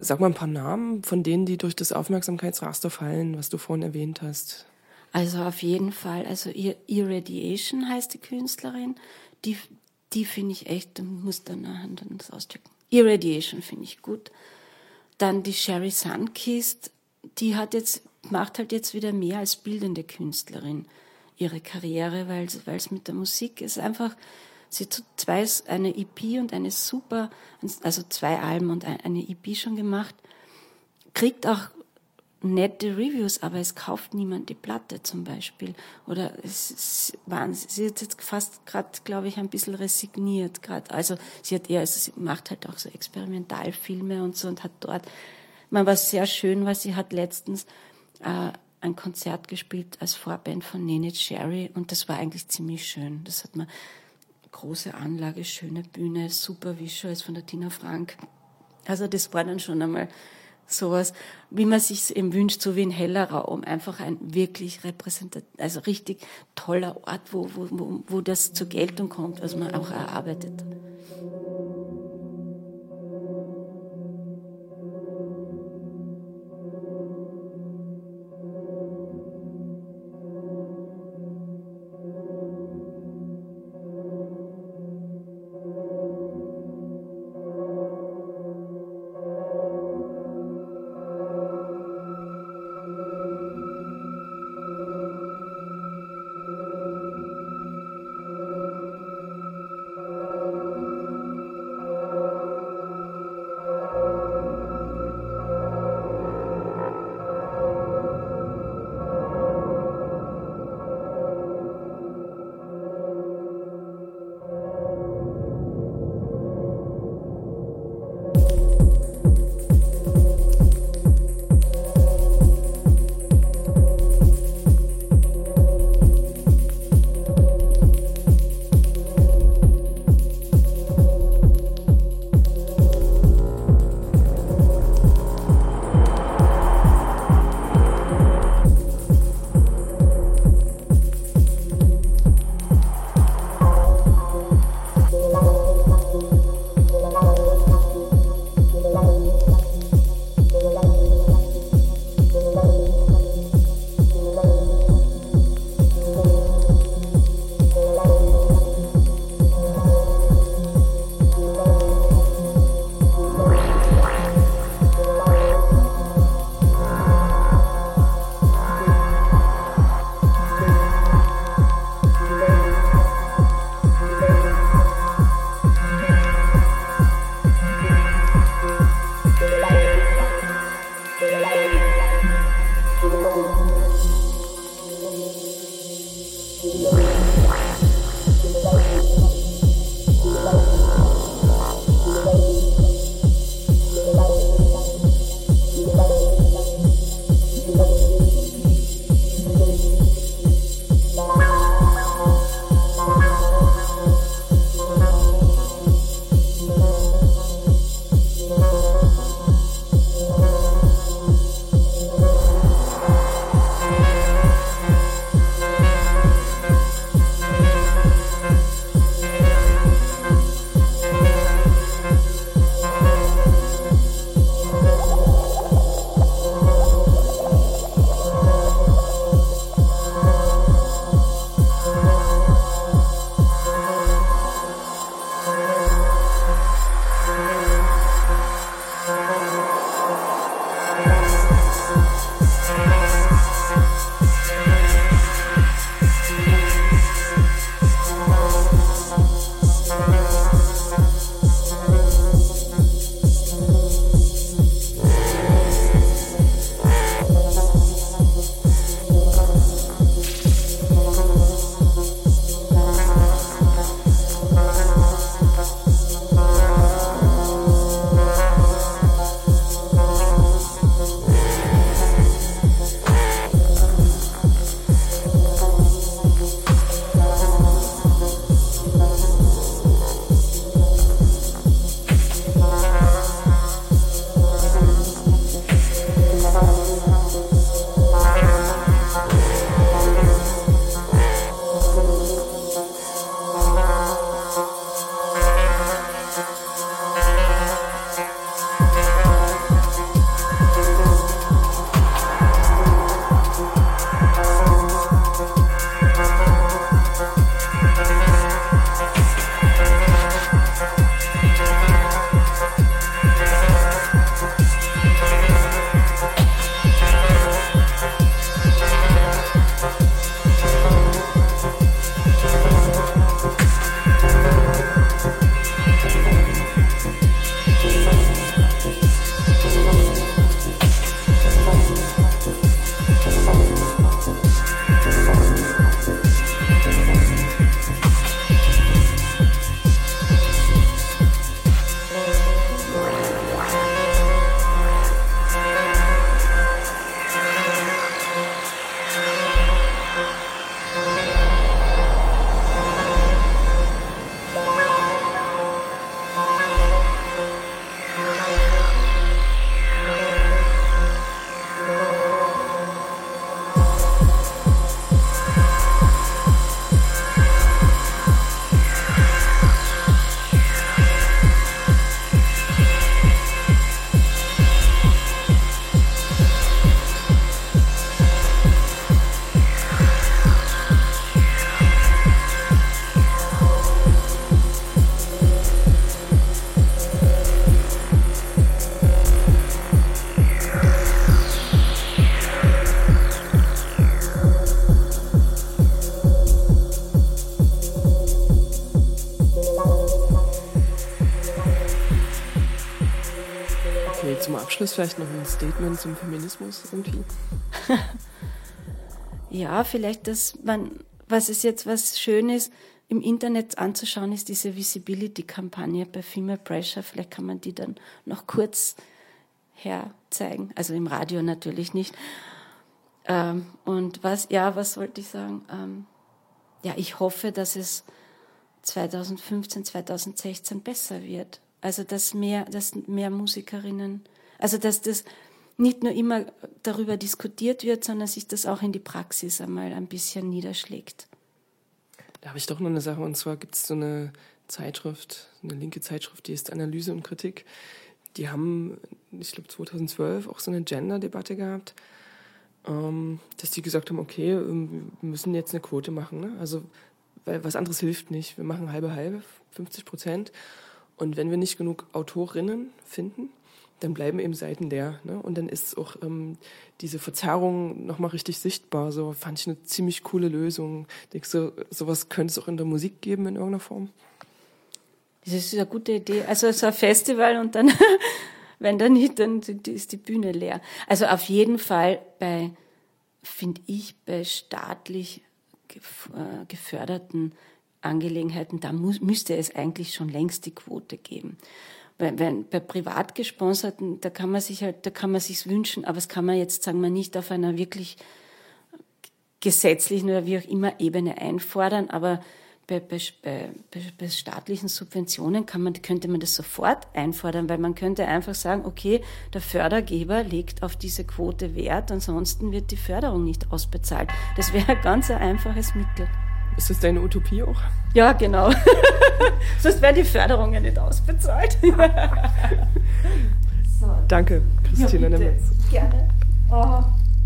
Sag mal ein paar Namen von denen, die durch das Aufmerksamkeitsraster fallen, was du vorhin erwähnt hast. Also auf jeden Fall, also Irradiation heißt die Künstlerin, die finde ich echt, muss dann das auschecken. Irradiation finde ich gut. Dann die Sherry Sunkist, die macht halt jetzt wieder mehr als bildende Künstlerin ihre Karriere, weil es mit der Musik ist einfach, sie hat eine EP und also 2 Alben und eine EP schon gemacht, kriegt auch nette Reviews, aber es kauft niemand die Platte zum Beispiel. Oder sie ist jetzt fast gerade, glaube ich, ein bisschen resigniert gerade. Also sie macht halt auch so Experimentalfilme und so und hat dort, was sehr schön war, sie hat letztens ein Konzert gespielt als Vorband von Neneh Cherry und das war eigentlich ziemlich schön. Das hat man große Anlage, schöne Bühne, super Visuals von der Tina Frank. Also das war dann schon einmal sowas, wie man sich eben wünscht, so wie ein heller Raum, einfach ein wirklich also richtig toller Ort, wo das zur Geltung kommt, was man auch erarbeitet. Abschluss vielleicht noch ein Statement zum Feminismus irgendwie? Ja, vielleicht, was schön ist, im Internet anzuschauen, ist diese Visibility-Kampagne bei Female Pressure. Vielleicht kann man die dann noch kurz herzeigen. Also im Radio natürlich nicht. Und was wollte ich sagen? Ich hoffe, dass es 2015, 2016 besser wird. Also, dass mehr Musikerinnen, also, dass das nicht nur immer darüber diskutiert wird, sondern sich das auch in die Praxis einmal ein bisschen niederschlägt. Da habe ich doch noch eine Sache, und zwar gibt es so eine Zeitschrift, eine linke Zeitschrift, die ist Analyse und Kritik. Die haben, ich glaube 2012, auch so eine Gender-Debatte gehabt, dass die gesagt haben, okay, wir müssen jetzt eine Quote machen, ne? Also, weil was anderes hilft nicht. Wir machen halbe, 50%. Und wenn wir nicht genug Autorinnen finden, dann bleiben eben Seiten leer, ne? Und dann ist auch diese Verzerrung nochmal richtig sichtbar. So fand ich eine ziemlich coole Lösung. Denkst du, sowas könnte es auch in der Musik geben in irgendeiner Form? Das ist eine gute Idee. Also so ein Festival und dann, wenn da nicht, dann ist die Bühne leer. Also auf jeden Fall bei staatlich geförderten Angelegenheiten, da müsste es eigentlich schon längst die Quote geben. Bei privat gesponserten, da kann man sich's wünschen, aber das kann man jetzt, sagen wir, nicht auf einer wirklich gesetzlichen oder wie auch immer Ebene einfordern, aber bei staatlichen Subventionen könnte man das sofort einfordern, weil man könnte einfach sagen, okay, der Fördergeber legt auf diese Quote Wert, ansonsten wird die Förderung nicht ausbezahlt. Das wäre ein ganz einfaches Mittel. Ist das deine Utopie auch? Ja, genau. Sonst werden die Förderungen nicht ausbezahlt. So. Danke, Christina Nemetz. Gerne. Oh.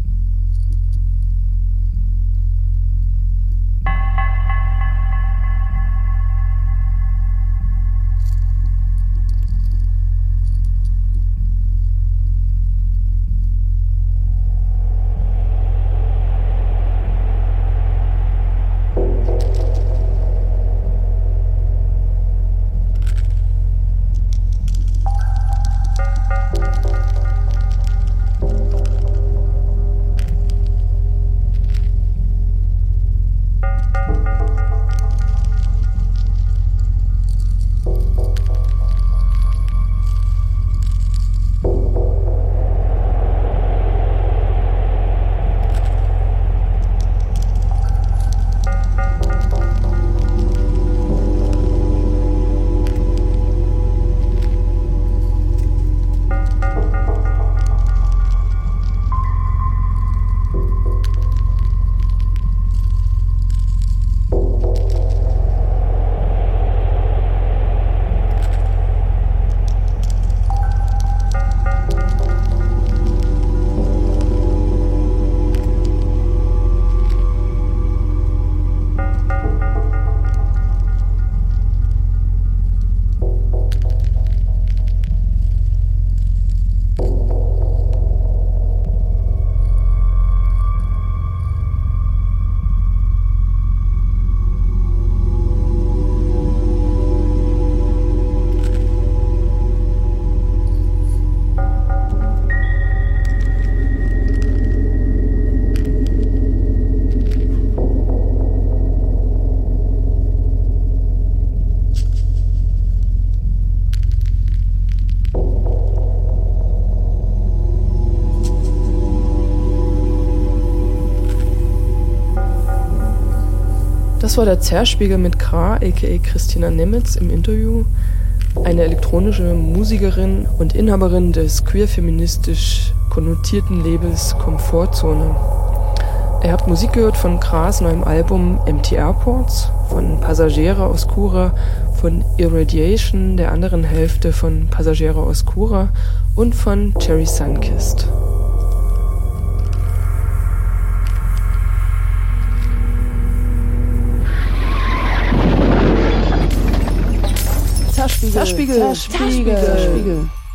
Das war der Zerspiegel mit Kra, a.k.a. Christina Nemetz, im Interview. Eine elektronische Musikerin und Inhaberin des queer-feministisch konnotierten Labels Komfortzone. Er hat Musik gehört von Kras neuem Album Empty Airports, von Passagiera Oscura, von Irradiation, der anderen Hälfte von Passagiera Oscura, und von Cherry Sunkist. Zerspiegel.